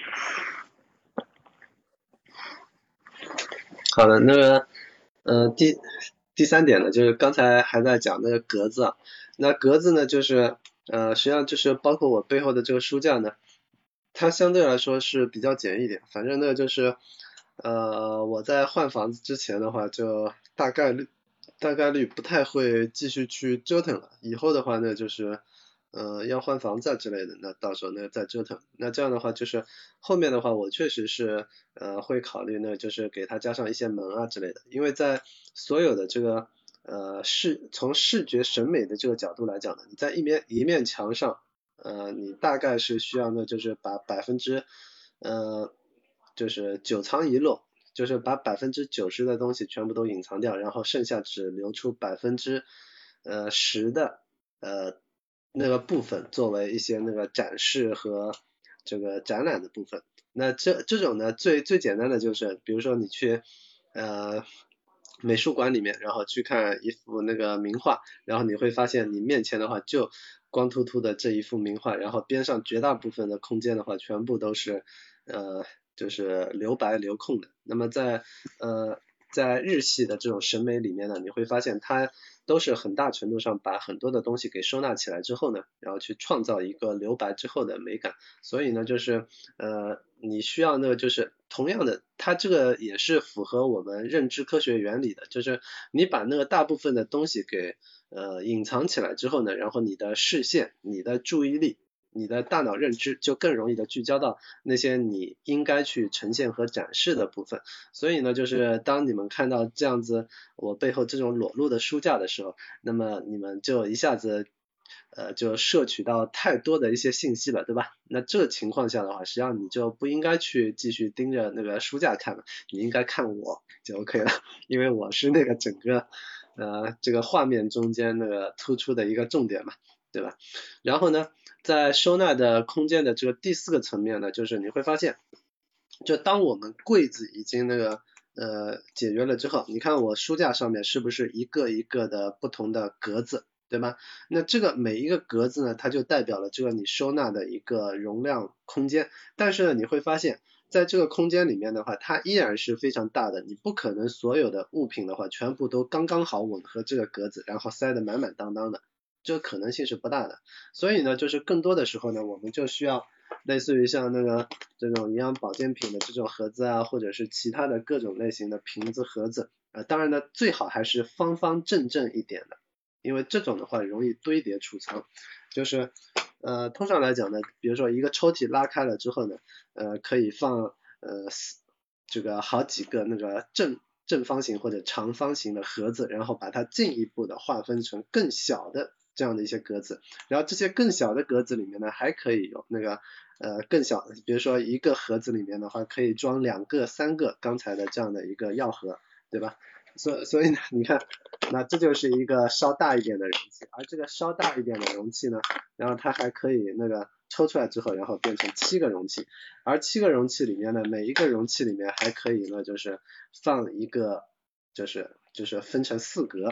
[SPEAKER 2] 好的，那个呃第第三点呢，就是刚才还在讲那个格子啊，那格子呢就是呃实际上就是包括我背后的这个书架呢，它相对来说是比较简易一点，反正呢就是呃我在换房子之前的话，就大概率大概率不太会继续去折腾了，以后的话呢就是呃要换房子啊之类的，那到时候呢再折腾。那这样的话就是后面的话我确实是呃会考虑呢就是给它加上一些门啊之类的，因为在所有的这个呃视从视觉审美的这个角度来讲呢，你在一面一面墙上呃你大概是需要呢就是把百分之呃就是九藏一漏，就是把百分之九十的东西全部都隐藏掉，然后剩下只留出百分之呃十的呃那个部分作为一些那个展示和这个展览的部分。那这这种呢最最简单的就是比如说你去呃美术馆里面，然后去看一幅那个名画，然后你会发现你面前的话就光秃秃的这一幅名画，然后边上绝大部分的空间的话全部都是呃就是留白留空的。那么在呃在日系的这种审美里面呢，你会发现它都是很大程度上把很多的东西给收纳起来之后呢，然后去创造一个留白之后的美感。所以呢，就是呃你需要那个就是同样的，它这个也是符合我们认知科学原理的，就是你把那个大部分的东西给呃隐藏起来之后呢，然后你的视线、你的注意力、你的大脑认知就更容易的聚焦到那些你应该去呈现和展示的部分。所以呢，就是当你们看到这样子我背后这种裸露的书架的时候，那么你们就一下子呃就摄取到太多的一些信息了，对吧？那这情况下的话，实际上你就不应该去继续盯着那个书架看了，你应该看我就 OK 了，因为我是那个整个呃这个画面中间那个突出的一个重点嘛，对吧？然后呢，在收纳的空间的这个第四个层面呢，就是你会发现，就当我们柜子已经那个呃解决了之后，你看我书架上面是不是一个一个的不同的格子，对吧？那这个每一个格子呢，它就代表了这个你收纳的一个容量空间。但是呢，你会发现在这个空间里面的话，它依然是非常大的，你不可能所有的物品的话全部都刚刚好吻合这个格子，然后塞得满满当当的，这个可能性是不大的。所以呢，就是更多的时候呢，我们就需要类似于像那个这种营养保健品的这种盒子啊，或者是其他的各种类型的瓶子盒子，呃，当然呢，最好还是方方正正一点的，因为这种的话容易堆叠储藏。就是呃，通常来讲呢，比如说一个抽屉拉开了之后呢，呃，可以放呃这个好几个那个正正方形或者长方形的盒子，然后把它进一步的划分成更小的这样的一些格子，然后这些更小的格子里面呢，还可以有那个呃更小的，比如说一个盒子里面的话，可以装两个、三个刚才的这样的一个药盒，对吧？所所以呢，你看，那这就是一个稍大一点的容器，而这个稍大一点的容器呢，然后它还可以那个抽出来之后，然后变成七个容器，而七个容器里面呢，每一个容器里面还可以呢，就是放一个，就是就是分成四格。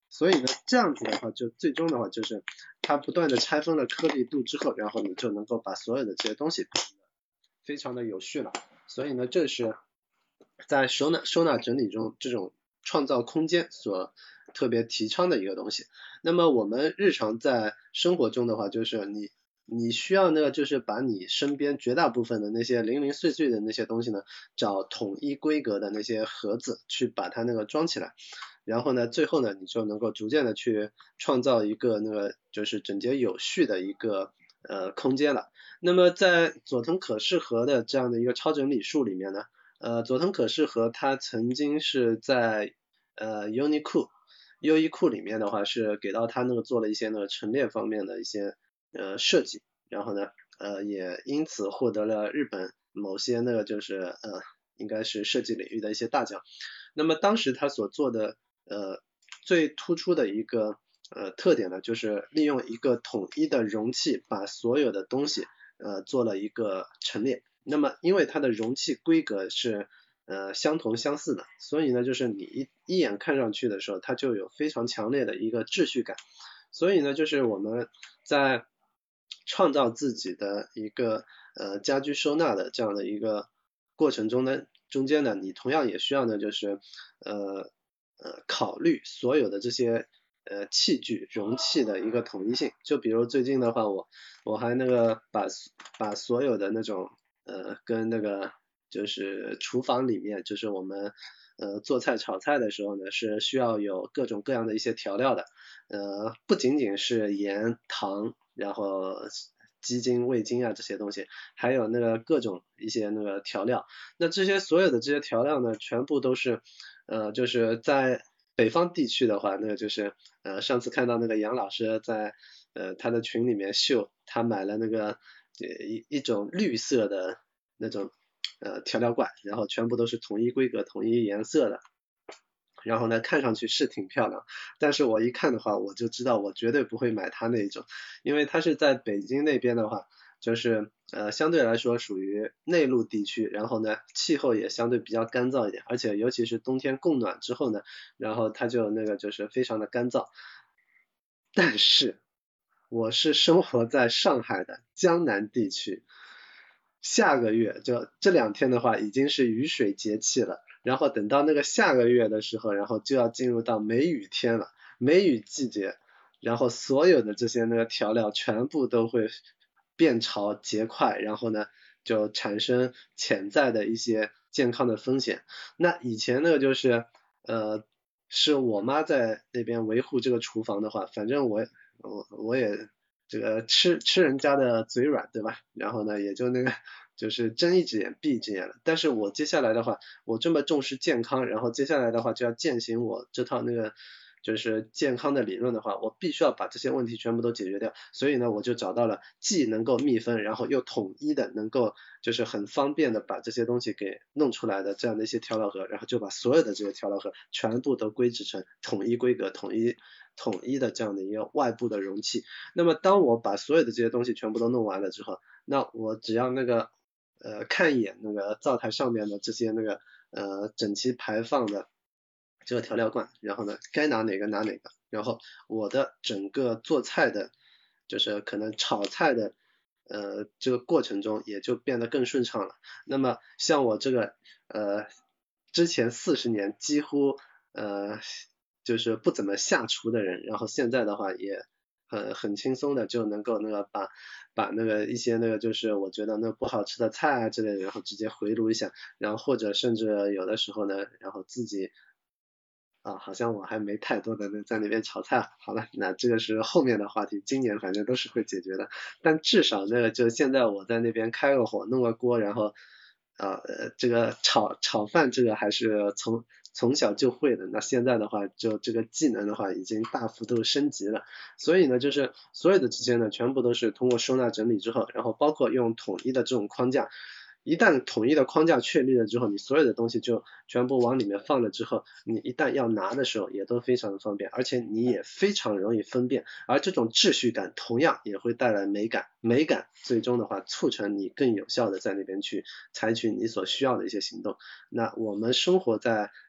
[SPEAKER 2] 所以呢，这样子的话，就最终的话就是它不断的拆分了颗粒度之后，然后你就能够把所有的这些东西变得非常的有序了。所以呢，这是在收纳收纳整理中这种创造空间所特别提倡的一个东西。那么我们日常在生活中的话，就是你你需要呢，就是把你身边绝大部分的那些零零碎碎的那些东西呢，找统一规格的那些盒子去把它那个装起来，然后呢，最后呢，你就能够逐渐的去创造一个那个就是整洁有序的一个呃空间了。那么在佐藤可士和的这样的一个超整理术里面呢，呃，佐藤可士和他曾经是在呃优衣库优衣库里面的话是给到他那个做了一些那个陈列方面的一些呃设计，然后呢呃也因此获得了日本某些那个就是呃应该是设计领域的一些大奖。那么当时他所做的呃最突出的一个呃特点呢，就是利用一个统一的容器把所有的东西呃做了一个陈列。那么因为它的容器规格是呃相同相似的，所以呢就是你一一眼看上去的时候，它就有非常强烈的一个秩序感。所以呢就是我们在创造自己的一个呃家居收纳的这样的一个过程中呢，中间呢你同样也需要呢就是呃呃考虑所有的这些呃器具容器的一个统一性。就比如最近的话，我我还那个把把所有的那种呃跟那个就是厨房里面就是我们呃做菜炒菜的时候呢，是需要有各种各样的一些调料的，呃不仅仅是盐糖然后鸡精味精啊这些东西，还有那个各种一些那个调料。那这些所有的这些调料呢，全部都是呃就是在北方地区的话，那个就是呃上次看到那个杨老师在呃他的群里面秀，他买了那个一一种绿色的那种呃调料罐，然后全部都是统一规格、统一颜色的。然后呢，看上去是挺漂亮，但是我一看的话，我就知道我绝对不会买它那一种，因为它是在北京那边的话，就是呃相对来说属于内陆地区，然后呢气候也相对比较干燥一点，而且尤其是冬天供暖之后呢，然后它就那个就是非常的干燥。但是我是生活在上海的江南地区，下个月就这两天的话已经是雨水节气了，然后等到那个下个月的时候，然后就要进入到梅雨天了，梅雨季节，然后所有的这些那个调料全部都会变潮结块，然后呢就产生潜在的一些健康的风险。那以前那个就是呃是我妈在那边维护这个厨房的话，反正我我我也这个吃吃人家的嘴软，对吧？然后呢，也就那个就是睁一只眼闭一只眼了。但是我接下来的话，我这么重视健康，然后接下来的话就要践行我这套那个就是健康的理论的话，我必须要把这些问题全部都解决掉。所以呢，我就找到了既能够密封，然后又统一的能够就是很方便的把这些东西给弄出来的这样的一些调料盒，然后就把所有的这些调料盒全部都归置成统一规格、统一统一的这样的一个外部的容器。那么当我把所有的这些东西全部都弄完了之后，那我只要那个呃看一眼那个灶台上面的这些那个呃整齐排放的这个调料罐，然后呢该拿哪个拿哪个，然后我的整个做菜的，就是可能炒菜的呃这个过程中也就变得更顺畅了。那么像我这个呃之前四十年几乎呃就是不怎么下厨的人，然后现在的话也很很轻松的就能够那个把把那个一些那个就是我觉得那不好吃的菜啊之类的，然后直接回炉一下，然后或者甚至有的时候呢，然后自己啊，好像我还没太多的在那边炒菜。好了，那这个是后面的话题，今年反正都是会解决的。但至少那个就现在我在那边开个火，弄个锅，然后呃这个炒炒饭这个还是从从小就会的。那现在的话，就这个技能的话已经大幅度升级了。所以呢，就是所有的这些呢，全部都是通过收纳整理之后，然后包括用统一的这种框架。一旦统一的框架确立了之后，你所有的东西就全部往里面放了之后，你一旦要拿的时候也都非常的方便，而且你也非常容易分辨，而这种秩序感同样也会带来美感，美感最终的话促成你更有效的在那边去采取你所需要的一些行动。那我们生活在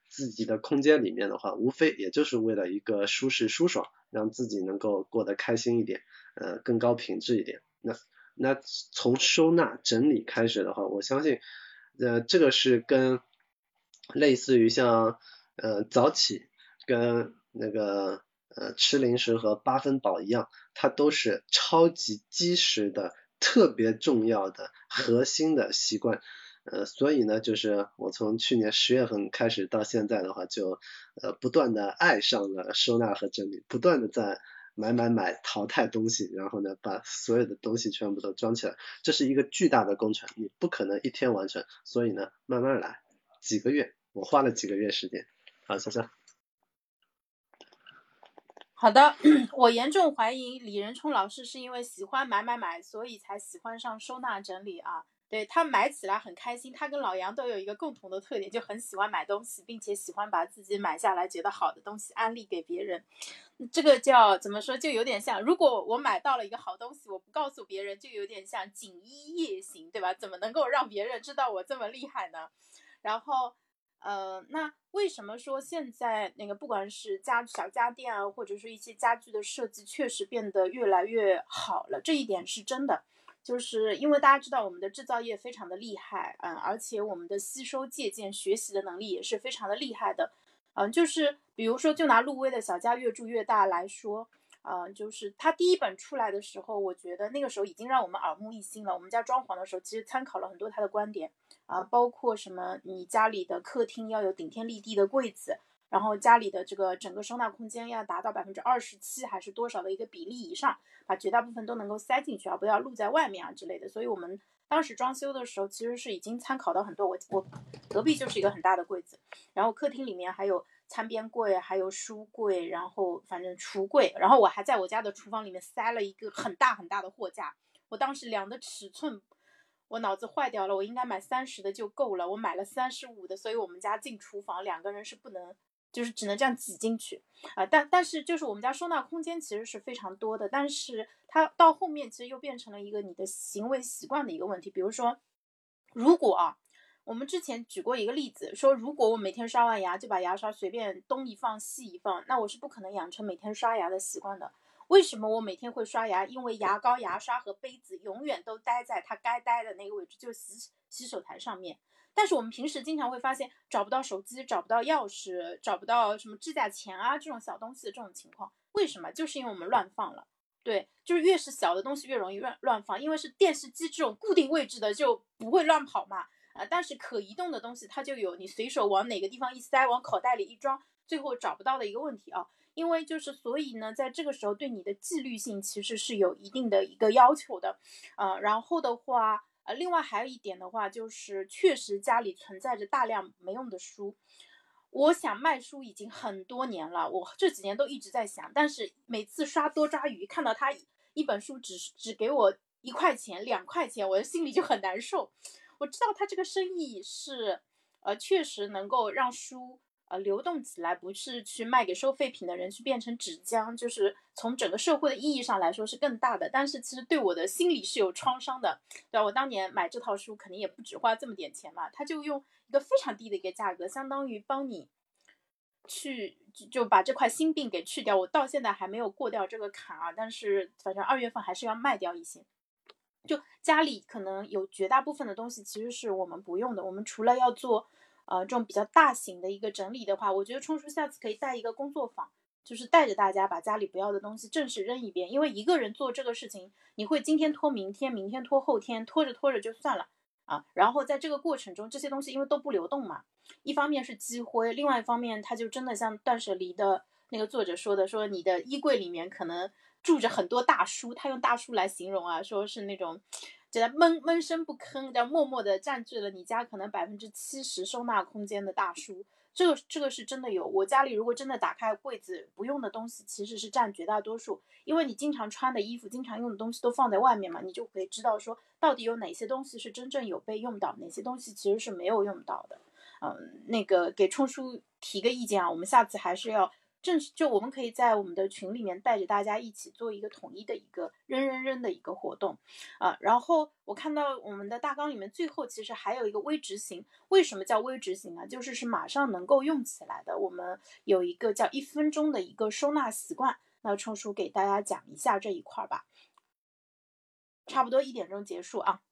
[SPEAKER 2] 自己的空间里面的话，无非也就是为了一个舒适舒爽，让自己能够过得开心一点，呃，更高品质一点。那那从收纳整理开始的话，我相信，呃，这个是跟类似于像呃早起跟那个呃吃零食和八分饱一样，它都是超级基石的、特别重要的核心的习惯。呃，所以呢，就是我从去年十月份开始到现在的话，就呃不断的爱上了收纳和整理，不断的在买买买淘汰东西，然后呢把所有的东西全部都装起来，这是一个巨大的工程，你不可能一天完成，所以呢慢慢来，几个月，我花了几个月时间。好，莎莎。
[SPEAKER 1] 好的，我严重怀疑李仁冲老师是因为喜欢买买买，所以才喜欢上收纳整理啊。对，他买起来很开心，他跟老杨都有一个共同的特点，就很喜欢买东西，并且喜欢把自己买下来觉得好的东西安利给别人。这个叫怎么说，就有点像，如果我买到了一个好东西，我不告诉别人，就有点像锦衣夜行，对吧？怎么能够让别人知道我这么厉害呢？然后呃，那为什么说现在那个不管是家小家电啊，或者是一些家具的设计，确实变得越来越好了？这一点是真的，就是因为大家知道我们的制造业非常的厉害，嗯，而且我们的吸收、借鉴、学习的能力也是非常的厉害的，嗯，就是比如说，就拿陆威的《小家越住越大》来说。呃，就是他第一本出来的时候，我觉得那个时候已经让我们耳目一新了。我们家装潢的时候，其实参考了很多他的观点啊，包括什么你家里的客厅要有顶天立地的柜子，然后家里的这个整个收纳空间要达到百分之二十七还是多少的一个比例以上，把绝大部分都能够塞进去，而不要露在外面啊之类的。所以我们当时装修的时候，其实是已经参考到很多。我我隔壁就是一个很大的柜子，然后客厅里面还有餐边柜，还有书柜，然后反正橱柜，然后我还在我家的厨房里面塞了一个很大很大的货架。我当时量的尺寸，我脑子坏掉了，我应该买三十的就够了，我买了三十五的，所以我们家进厨房两个人是不能，就是只能这样挤进去啊、呃。但但是就是我们家收纳空间其实是非常多的，但是它到后面其实又变成了一个你的行为习惯的一个问题。比如说，如果啊。我们之前举过一个例子，说如果我每天刷完牙就把牙刷随便东一放西一放，那我是不可能养成每天刷牙的习惯的。为什么我每天会刷牙？因为牙膏、牙刷和杯子永远都待在它该待的那个位置，就洗洗手台上面。但是我们平时经常会发现找不到手机、找不到钥匙、找不到什么指甲钳啊这种小东西的这种情况，为什么？就是因为我们乱放了。对，就是越是小的东西越容易乱乱放，因为是电视机这种固定位置的就不会乱跑嘛。呃，但是可移动的东西它就有你随手往哪个地方一塞，往口袋里一装，最后找不到的一个问题啊。因为就是所以呢，在这个时候对你的纪律性其实是有一定的一个要求的，呃，然后的话，呃，另外还有一点的话，就是确实家里存在着大量没用的书。我想卖书已经很多年了，我这几年都一直在想，但是每次刷多抓鱼，看到他一本书只只给我一块钱、两块钱，我的心里就很难受。我知道他这个生意是，呃，确实能够让书呃流动起来，不是去卖给收废品的人，去变成纸浆，就是从整个社会的意义上来说是更大的。但是其实对我的心理是有创伤的，对吧？我当年买这套书肯定也不止花这么点钱嘛，他就用一个非常低的一个价格，相当于帮你去就把这块心病给去掉。我到现在还没有过掉这个坎啊，但是反正二月份还是要卖掉一些。就家里可能有绝大部分的东西其实是我们不用的，我们除了要做呃这种比较大型的一个整理的话，我觉得冲叔下次可以带一个工作坊，就是带着大家把家里不要的东西正式扔一遍。因为一个人做这个事情，你会今天拖明天，明天拖后天，拖着拖着就算了啊。然后在这个过程中，这些东西因为都不流动嘛，一方面是积灰，另外一方面它就真的像断舍离的那个作者说的，说你的衣柜里面可能住着很多大叔，他用大叔来形容啊，说是那种觉得闷闷声不吭，但默默的占据了你家可能百分之七十收纳空间的大叔。这个这个是真的有，我家里如果真的打开柜子，不用的东西其实是占绝大多数，因为你经常穿的衣服、经常用的东西都放在外面嘛，你就可以知道说到底有哪些东西是真正有被用到，哪些东西其实是没有用到的。嗯，那个给冲叔提个意见啊，我们下次还是要正是就我们可以在我们的群里面带着大家一起做一个统一的一个扔扔扔的一个活动啊。然后我看到我们的大纲里面最后其实还有一个微执行，为什么叫微执行呢？就是是马上能够用起来的。我们有一个叫一分钟的一个收纳习惯，那冲叔给大家讲一下这一块吧。差不多一点钟结束啊。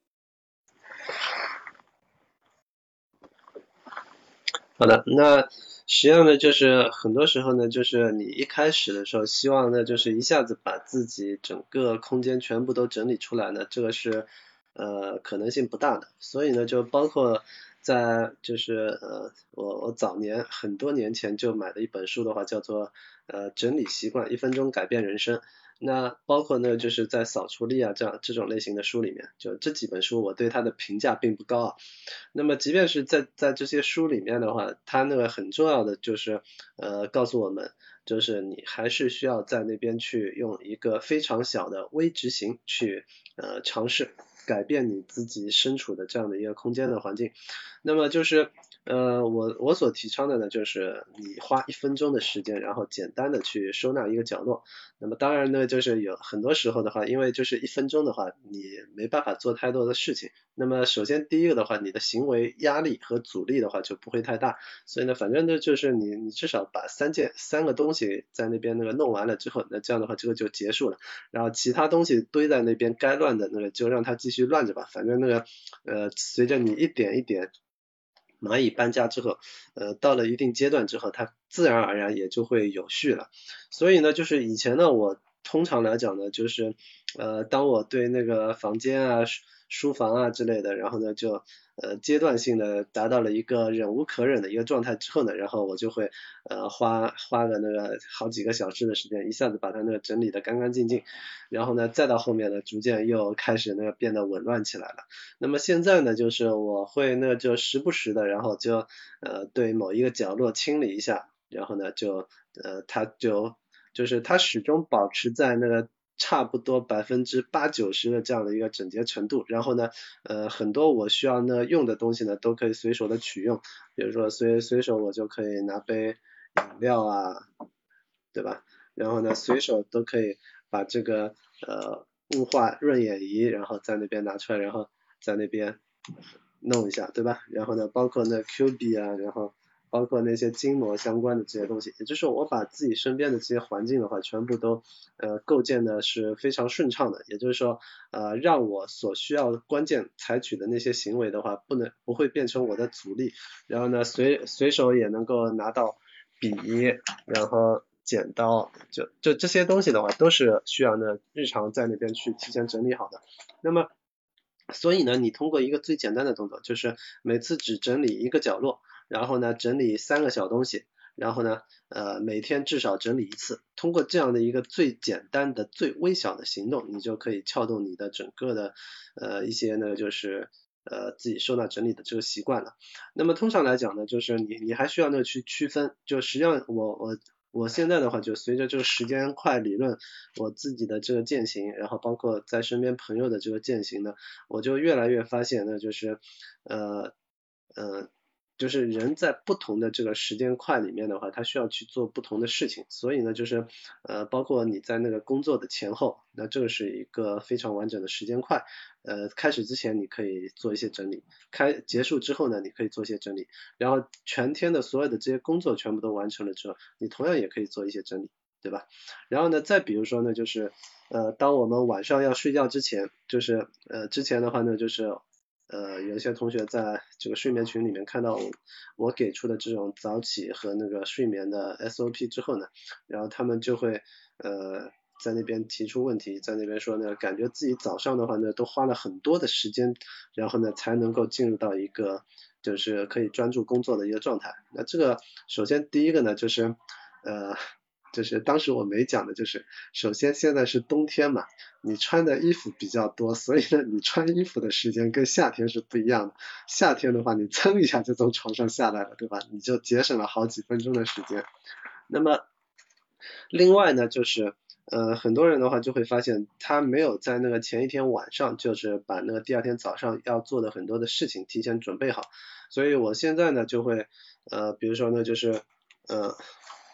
[SPEAKER 2] 好的，那实际上呢，就是很多时候呢，就是你一开始的时候，希望呢，就是一下子把自己整个空间全部都整理出来呢，这个是呃可能性不大的。所以呢，就包括在就是呃我我早年很多年前就买的一本书的话，叫做呃整理习惯，一分钟改变人生。那包括呢，就是在扫除力啊这样这种类型的书里面，就这几本书我对它的评价并不高啊。那么即便是在在这些书里面的话，它那个很重要的就是呃告诉我们，就是你还是需要在那边去用一个非常小的微执行去呃尝试改变你自己身处的这样的一个空间的环境。那么就是呃我我所提倡的呢，就是你花一分钟的时间，然后简单的去收纳一个角落。那么当然呢，就是有很多时候的话，因为就是一分钟的话，你没办法做太多的事情。那么首先第一个的话，你的行为压力和阻力的话就不会太大。所以呢，反正呢就是你你至少把三件三个东西在那边那个弄完了之后，那这样的话这个就结束了。然后其他东西堆在那边该乱的那个就让它继续乱着吧。反正那个呃随着你一点一点蚂蚁搬家之后，呃，到了一定阶段之后，它自然而然也就会有序了。所以呢，就是以前呢，我通常来讲呢，就是呃，当我对那个房间啊、书书房啊之类的，然后呢，就呃阶段性的达到了一个忍无可忍的一个状态之后呢，然后我就会呃花花个那个好几个小时的时间，一下子把它那个整理的干干净净，然后呢，再到后面呢，逐渐又开始那个变得紊乱起来了。那么现在呢，就是我会那就时不时的，然后就呃对某一个角落清理一下，然后呢就呃它就就是它始终保持在那个差不多百分之八九十的这样的一个整洁程度，然后呢呃很多我需要呢用的东西呢都可以随手的取用，比如说随随手我就可以拿杯饮料啊，对吧？然后呢随手都可以把这个呃雾化润眼仪，然后在那边拿出来，然后在那边弄一下，对吧？然后呢，包括那 Q 币啊，然后包括那些筋膜相关的这些东西，也就是我把自己身边的这些环境的话，全部都呃构建的是非常顺畅的，也就是说呃让我所需要关键采取的那些行为的话，不能不会变成我的阻力，然后呢随随手也能够拿到笔，然后剪刀，就就这些东西的话，都是需要呢日常在那边去提前整理好的。那么所以呢，你通过一个最简单的动作，就是每次只整理一个角落，然后呢整理三个小东西，然后呢呃每天至少整理一次。通过这样的一个最简单的、最微小的行动，你就可以撬动你的整个的呃一些呢就是呃自己收纳整理的这个习惯了。那么通常来讲呢，就是你你还需要呢去区分，就实际上我我我现在的话，就随着这个时间块理论，我自己的这个践行，然后包括在身边朋友的这个践行呢，我就越来越发现呢，就是呃呃，就是人在不同的这个时间块里面的话，他需要去做不同的事情，所以呢，就是呃，包括你在那个工作的前后，那这个是一个非常完整的时间块。呃，开始之前你可以做一些整理，开结束之后呢，你可以做一些整理，然后全天的所有的这些工作全部都完成了之后，你同样也可以做一些整理，对吧？然后呢，再比如说呢，就是呃，当我们晚上要睡觉之前，就是呃之前的话呢，就是呃有一些同学在这个睡眠群里面看到我我给出的这种早起和那个睡眠的 S O P 之后呢，然后他们就会呃在那边提出问题，在那边说呢，感觉自己早上的话呢，都花了很多的时间，然后呢才能够进入到一个就是可以专注工作的一个状态。那这个首先第一个呢，就是呃就是当时我没讲的，就是首先现在是冬天嘛，你穿的衣服比较多，所以呢，你穿衣服的时间跟夏天是不一样的。夏天的话，你噌一下就从床上下来了，对吧？你就节省了好几分钟的时间。那么另外呢，就是呃，很多人的话就会发现，他没有在那个前一天晚上，就是把那个第二天早上要做的很多的事情提前准备好。所以我现在呢就会呃，比如说呢就是呃。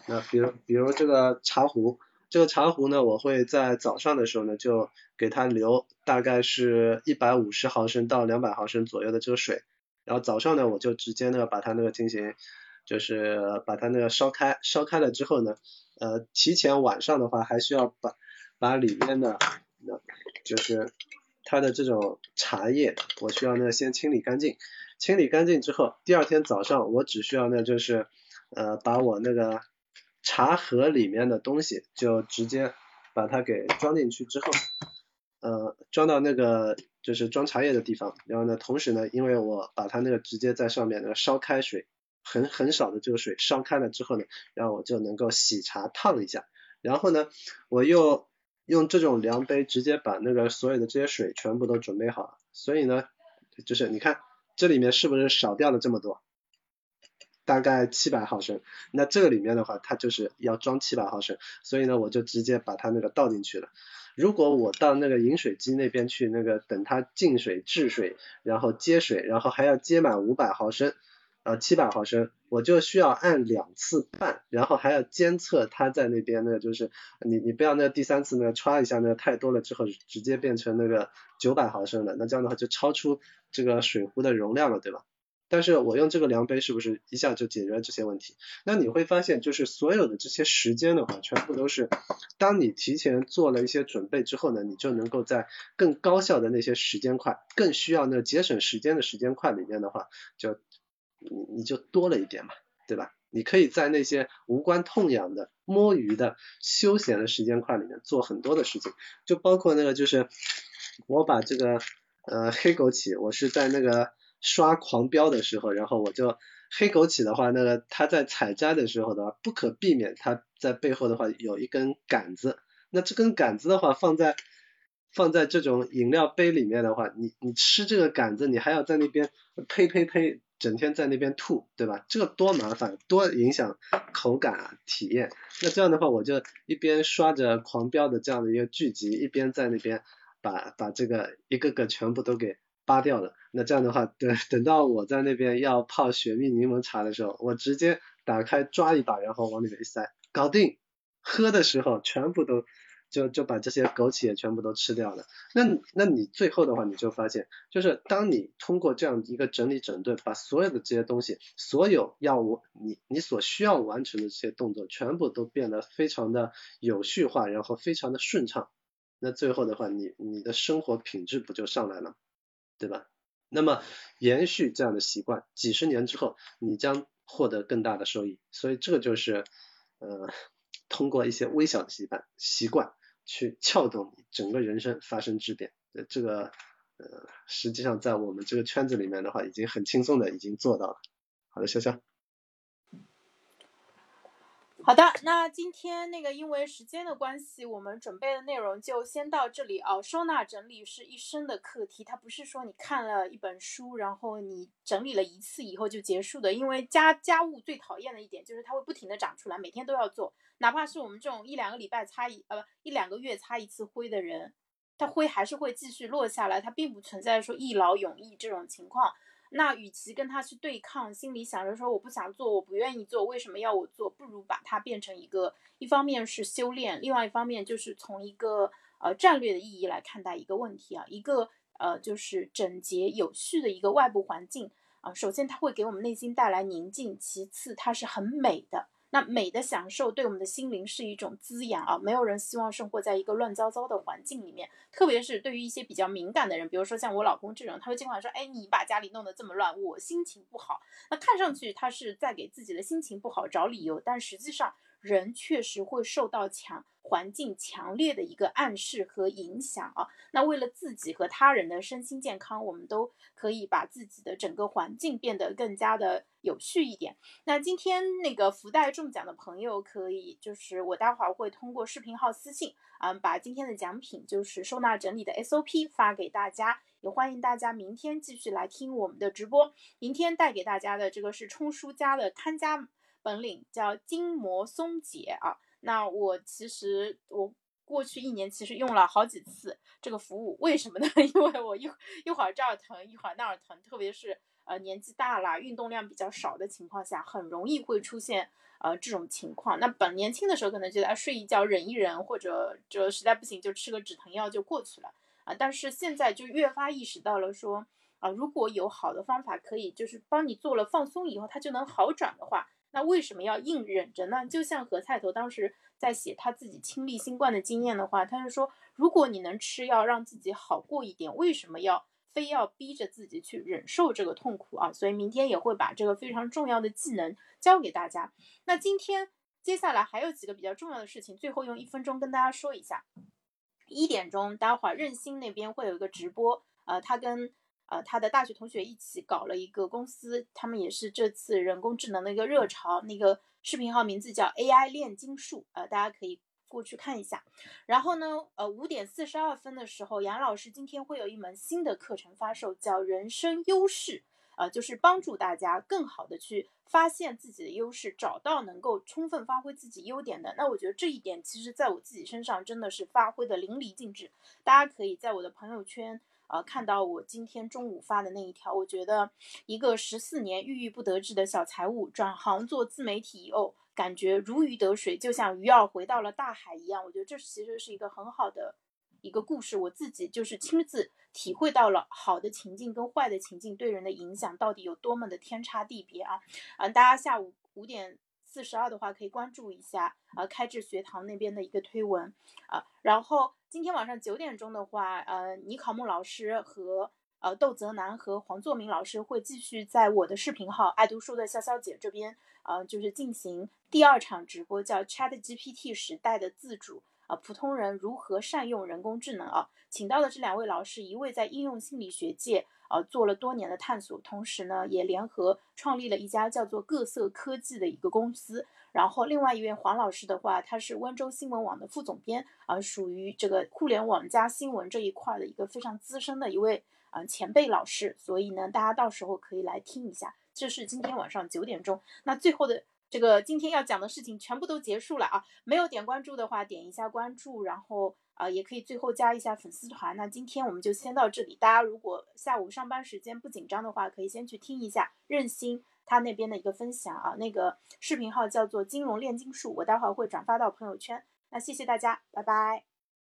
[SPEAKER 2] 那比如比如这个茶壶，这个茶壶呢，我会在早上的时候呢，就给它留大概是一百五十毫升到两百毫升左右的这个水，然后早上呢，我就直接呢把它那个进行，就是把它那个烧开，烧开了之后呢，呃，提前晚上的话还需要把把里面的，就是它的这种茶叶，我需要呢先清理干净，清理干净之后，第二天早上我只需要呢就是呃把我那个茶盒里面的东西就直接把它给装进去之后，呃装到那个就是装茶叶的地方，然后呢同时呢，因为我把它那个直接在上面那个烧开水，很很少的这个水烧开了之后呢，然后我就能够洗茶烫一下，然后呢我又用这种量杯直接把那个所有的这些水全部都准备好，所以呢就是你看这里面是不是少掉了这么多？大概七百毫升，那这个里面的话，它就是要装七百毫升，所以呢，我就直接把它那个倒进去了。如果我到那个饮水机那边去，那个等它进水、制水，然后接水，然后还要接满五百毫升，呃七百毫升，我就需要按两次半，然后还要监测它在那边呢，就是你你不要那个第三次呢歘一下那个太多了之后直接变成那个九百毫升了，那这样的话就超出这个水壶的容量了，对吧？但是我用这个量杯是不是一下就解决了这些问题？那你会发现，就是所有的这些时间的话，全部都是当你提前做了一些准备之后呢，你就能够在更高效的那些时间块，更需要那节省时间的时间块里面的话，就你你就多了一点嘛，对吧？你可以在那些无关痛痒的、摸鱼的、休闲的时间块里面做很多的事情，就包括那个就是我把这个呃黑枸杞，我是在那个刷狂飙的时候，然后我就黑枸杞的话，那个它在采摘的时候的话，不可避免它在背后的话有一根杆子，那这根杆子的话放在放在这种饮料杯里面的话，你你吃这个杆子，你还要在那边呸呸呸，整天在那边吐，对吧？这个多麻烦，多影响口感啊体验。那这样的话，我就一边刷着狂飙的这样的一个剧集，一边在那边把把这个一个个全部都给扒掉了。那这样的话，等等到我在那边要泡雪蜜柠檬茶的时候，我直接打开抓一把，然后往里面一塞，搞定。喝的时候全部都就就把这些枸杞也全部都吃掉了。那那你最后的话，你就发现，就是当你通过这样一个整理整顿，把所有的这些东西，所有要我你你所需要完成的这些动作，全部都变得非常的有序化，然后非常的顺畅。那最后的话，你你的生活品质不就上来了，对吧？那么延续这样的习惯，几十年之后，你将获得更大的收益。所以这个就是呃，通过一些微小的习惯习惯去撬动你整个人生发生质变。呃，这个呃，实际上在我们这个圈子里面的话，已经很轻松的已经做到了。好的，潇潇。
[SPEAKER 1] 好的，那今天那个因为时间的关系，我们准备的内容就先到这里啊。收纳整理是一生的课题，它不是说你看了一本书，然后你整理了一次以后就结束的。因为家家务最讨厌的一点就是它会不停的长出来，每天都要做，哪怕是我们这种一两个礼拜擦一呃一两个月擦一次灰的人，它灰还是会继续落下来，它并不存在说一劳永逸这种情况。那与其跟他去对抗，心里想着说我不想做，我不愿意做，为什么要我做，不如把它变成一个，一方面是修炼，另外一方面就是从一个呃战略的意义来看待一个问题啊，一个呃就是整洁有序的一个外部环境啊，首先它会给我们内心带来宁静，其次它是很美的。那美的享受对我们的心灵是一种滋养啊，没有人希望生活在一个乱糟糟的环境里面，特别是对于一些比较敏感的人，比如说像我老公这种，他会经常说，哎，你把家里弄得这么乱，我心情不好。那看上去他是在给自己的心情不好找理由，但实际上人确实会受到强环境强烈的一个暗示和影响啊。那为了自己和他人的身心健康，我们都可以把自己的整个环境变得更加的有序一点。那今天那个福袋中奖的朋友可以，就是我待会儿会通过视频号私信嗯，把今天的奖品就是收纳整理的 S O P 发给大家，也欢迎大家明天继续来听我们的直播。明天带给大家的这个是冲书家的看家本领，叫筋膜松解啊。那我其实我过去一年其实用了好几次这个服务，为什么呢？因为我一一会儿这儿疼，一会儿那儿疼，特别是呃年纪大了，运动量比较少的情况下，很容易会出现呃这种情况。那本年轻的时候可能觉得、啊、睡一觉忍一忍，或者就实在不行就吃个止疼药就过去了啊、呃。但是现在就越发意识到了说啊、呃，如果有好的方法可以就是帮你做了放松以后，它就能好转的话，那为什么要硬忍着呢？就像何菜头当时在写他自己亲历新冠的经验的话，他是说，如果你能吃药让自己好过一点，为什么要非要逼着自己去忍受这个痛苦啊？所以明天也会把这个非常重要的技能教给大家。那今天接下来还有几个比较重要的事情，最后用一分钟跟大家说一下。一点钟，待会儿任鑫那边会有一个直播，呃，他跟呃他的大学同学一起搞了一个公司，他们也是这次人工智能的一个热潮，那个视频号名字叫 A I 炼金术，呃，大家可以过去看一下。然后呢，呃，五点四十二分的时候，杨老师今天会有一门新的课程发售，叫人生优势。呃，就是帮助大家更好的去发现自己的优势，找到能够充分发挥自己优点的。那我觉得这一点其实在我自己身上真的是发挥的淋漓尽致。大家可以在我的朋友圈呃看到我今天中午发的那一条，我觉得一个十四年郁郁不得志的小财务转行做自媒体以后，感觉如鱼得水，就像鱼儿回到了大海一样。我觉得这其实是一个很好的一个故事，我自己就是亲自体会到了好的情境跟坏的情境对人的影响到底有多么的天差地别啊！嗯，大家下午五点四十二的话可以关注一下呃开智学堂那边的一个推文啊、呃。然后今天晚上九点钟的话，呃，倪考木老师和呃窦泽南和黄作明老师会继续在我的视频号爱读书的潇潇姐这边，呃，就是进行第二场直播，叫 ChatGPT 时代的自主。啊，普通人如何善用人工智能啊？请到的这两位老师，一位在应用心理学界呃做了多年的探索，同时呢也联合创立了一家叫做各色科技的一个公司。然后另外一位黄老师的话，他是温州新闻网的副总编啊、呃，属于这个互联网加新闻这一块的一个非常资深的一位啊、呃、前辈老师。所以呢，大家到时候可以来听一下。这是今天晚上九点钟。那最后的。这个今天要讲的事情全部都结束了啊！没有点关注的话，点一下关注，然后呃也可以最后加一下粉丝团。那今天我们就先到这里，大家如果下午上班时间不紧张的话，可以先去听一下任鑫他那边的一个分享啊，那个视频号叫做金融炼金术，我待会儿会转发到朋友圈。那谢谢大家，拜拜。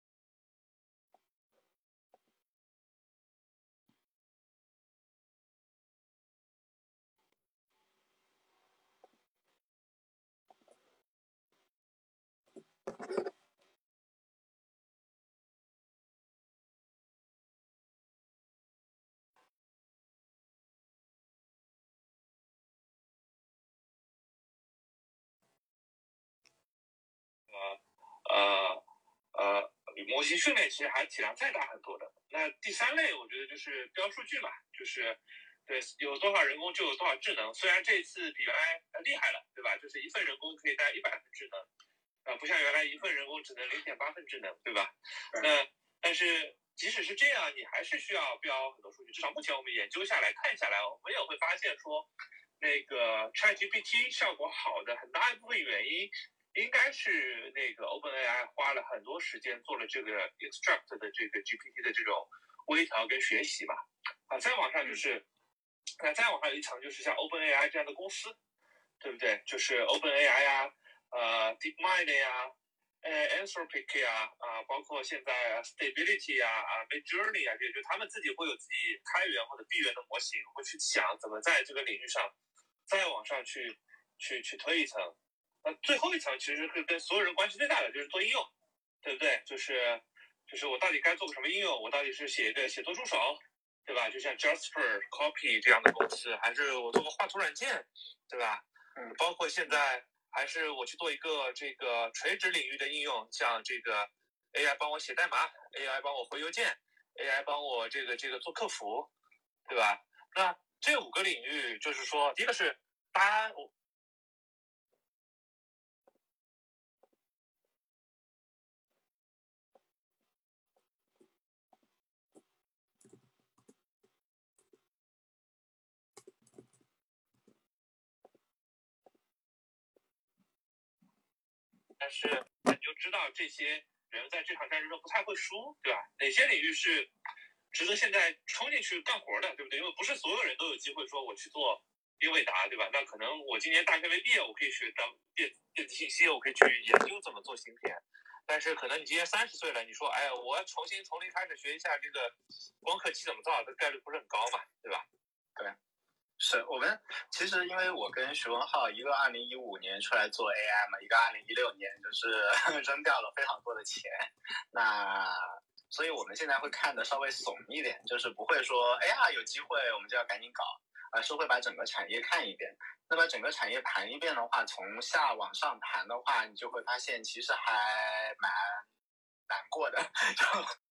[SPEAKER 3] 呃呃，模型训练其实还体量再大很多的。那第三类，我觉得就是标数据嘛，就是对有多少人工就有多少智能。虽然这次比原来厉害了，对吧？就是一份人工可以带一百分智能，啊、呃，不像原来一份人工只能零点八分智能，对吧？那但是即使是这样，你还是需要标很多数据。至少目前我们研究下来看下来，我们也会发现说，那个 ChatGPT 效果好的很大一部分原因。应该是那个 OpenAI 花了很多时间做了这个 Extract 的这个 G P T 的这种微调跟学习嘛。啊，再往上就是，那再往上有一层就是像 OpenAI 这样的公司，对不对？就是 OpenAI 呀、呃 DeepMind 呀、呃 Anthropic 呀、啊，包括现在 Stability 呀、啊 Midjourney 啊，这些就他们自己会有自己开源或者闭源的模型，会去想怎么在这个领域上再往上去去去推一层。那最后一层其实是跟所有人关系最大的，就是做应用，对不对？就是就是我到底该做个什么应用？我到底是写一个写作助手，对吧？就像 Jasper Copy 这样的公司，还是我做个画图软件，对吧？嗯，包括现在还是我去做一个这个垂直领域的应用，像这个 A I 帮我写代码 ，A I 帮我回邮件 ，A I 帮我这个这个做客服，对吧？那这五个领域，就是说，第一个是大家我。但是你就知道这些人在这场战争中不太会输，对吧？哪些领域是值得现在冲进去干活的，对不对？因为不是所有人都有机会说我去做英伟达，对吧？那可能我今年大学没毕业，我可以学当电电子信息，我可以去研究怎么做芯片。但是可能你今年三十岁了，你说，哎，我要重新从零开始学一下这个光刻机怎么造，这概率不是很高嘛，对吧？
[SPEAKER 4] 对，是我们其实因为我跟徐文浩一个二零一五年出来做 A I 嘛，一个二零一六年就是扔掉了非常多的钱，那所以我们现在会看的稍微怂一点，就是不会说哎呀有机会我们就要赶紧搞，而是会把整个产业看一遍。那么整个产业盘一遍的话，从下往上盘的话，你就会发现其实还蛮难过的，就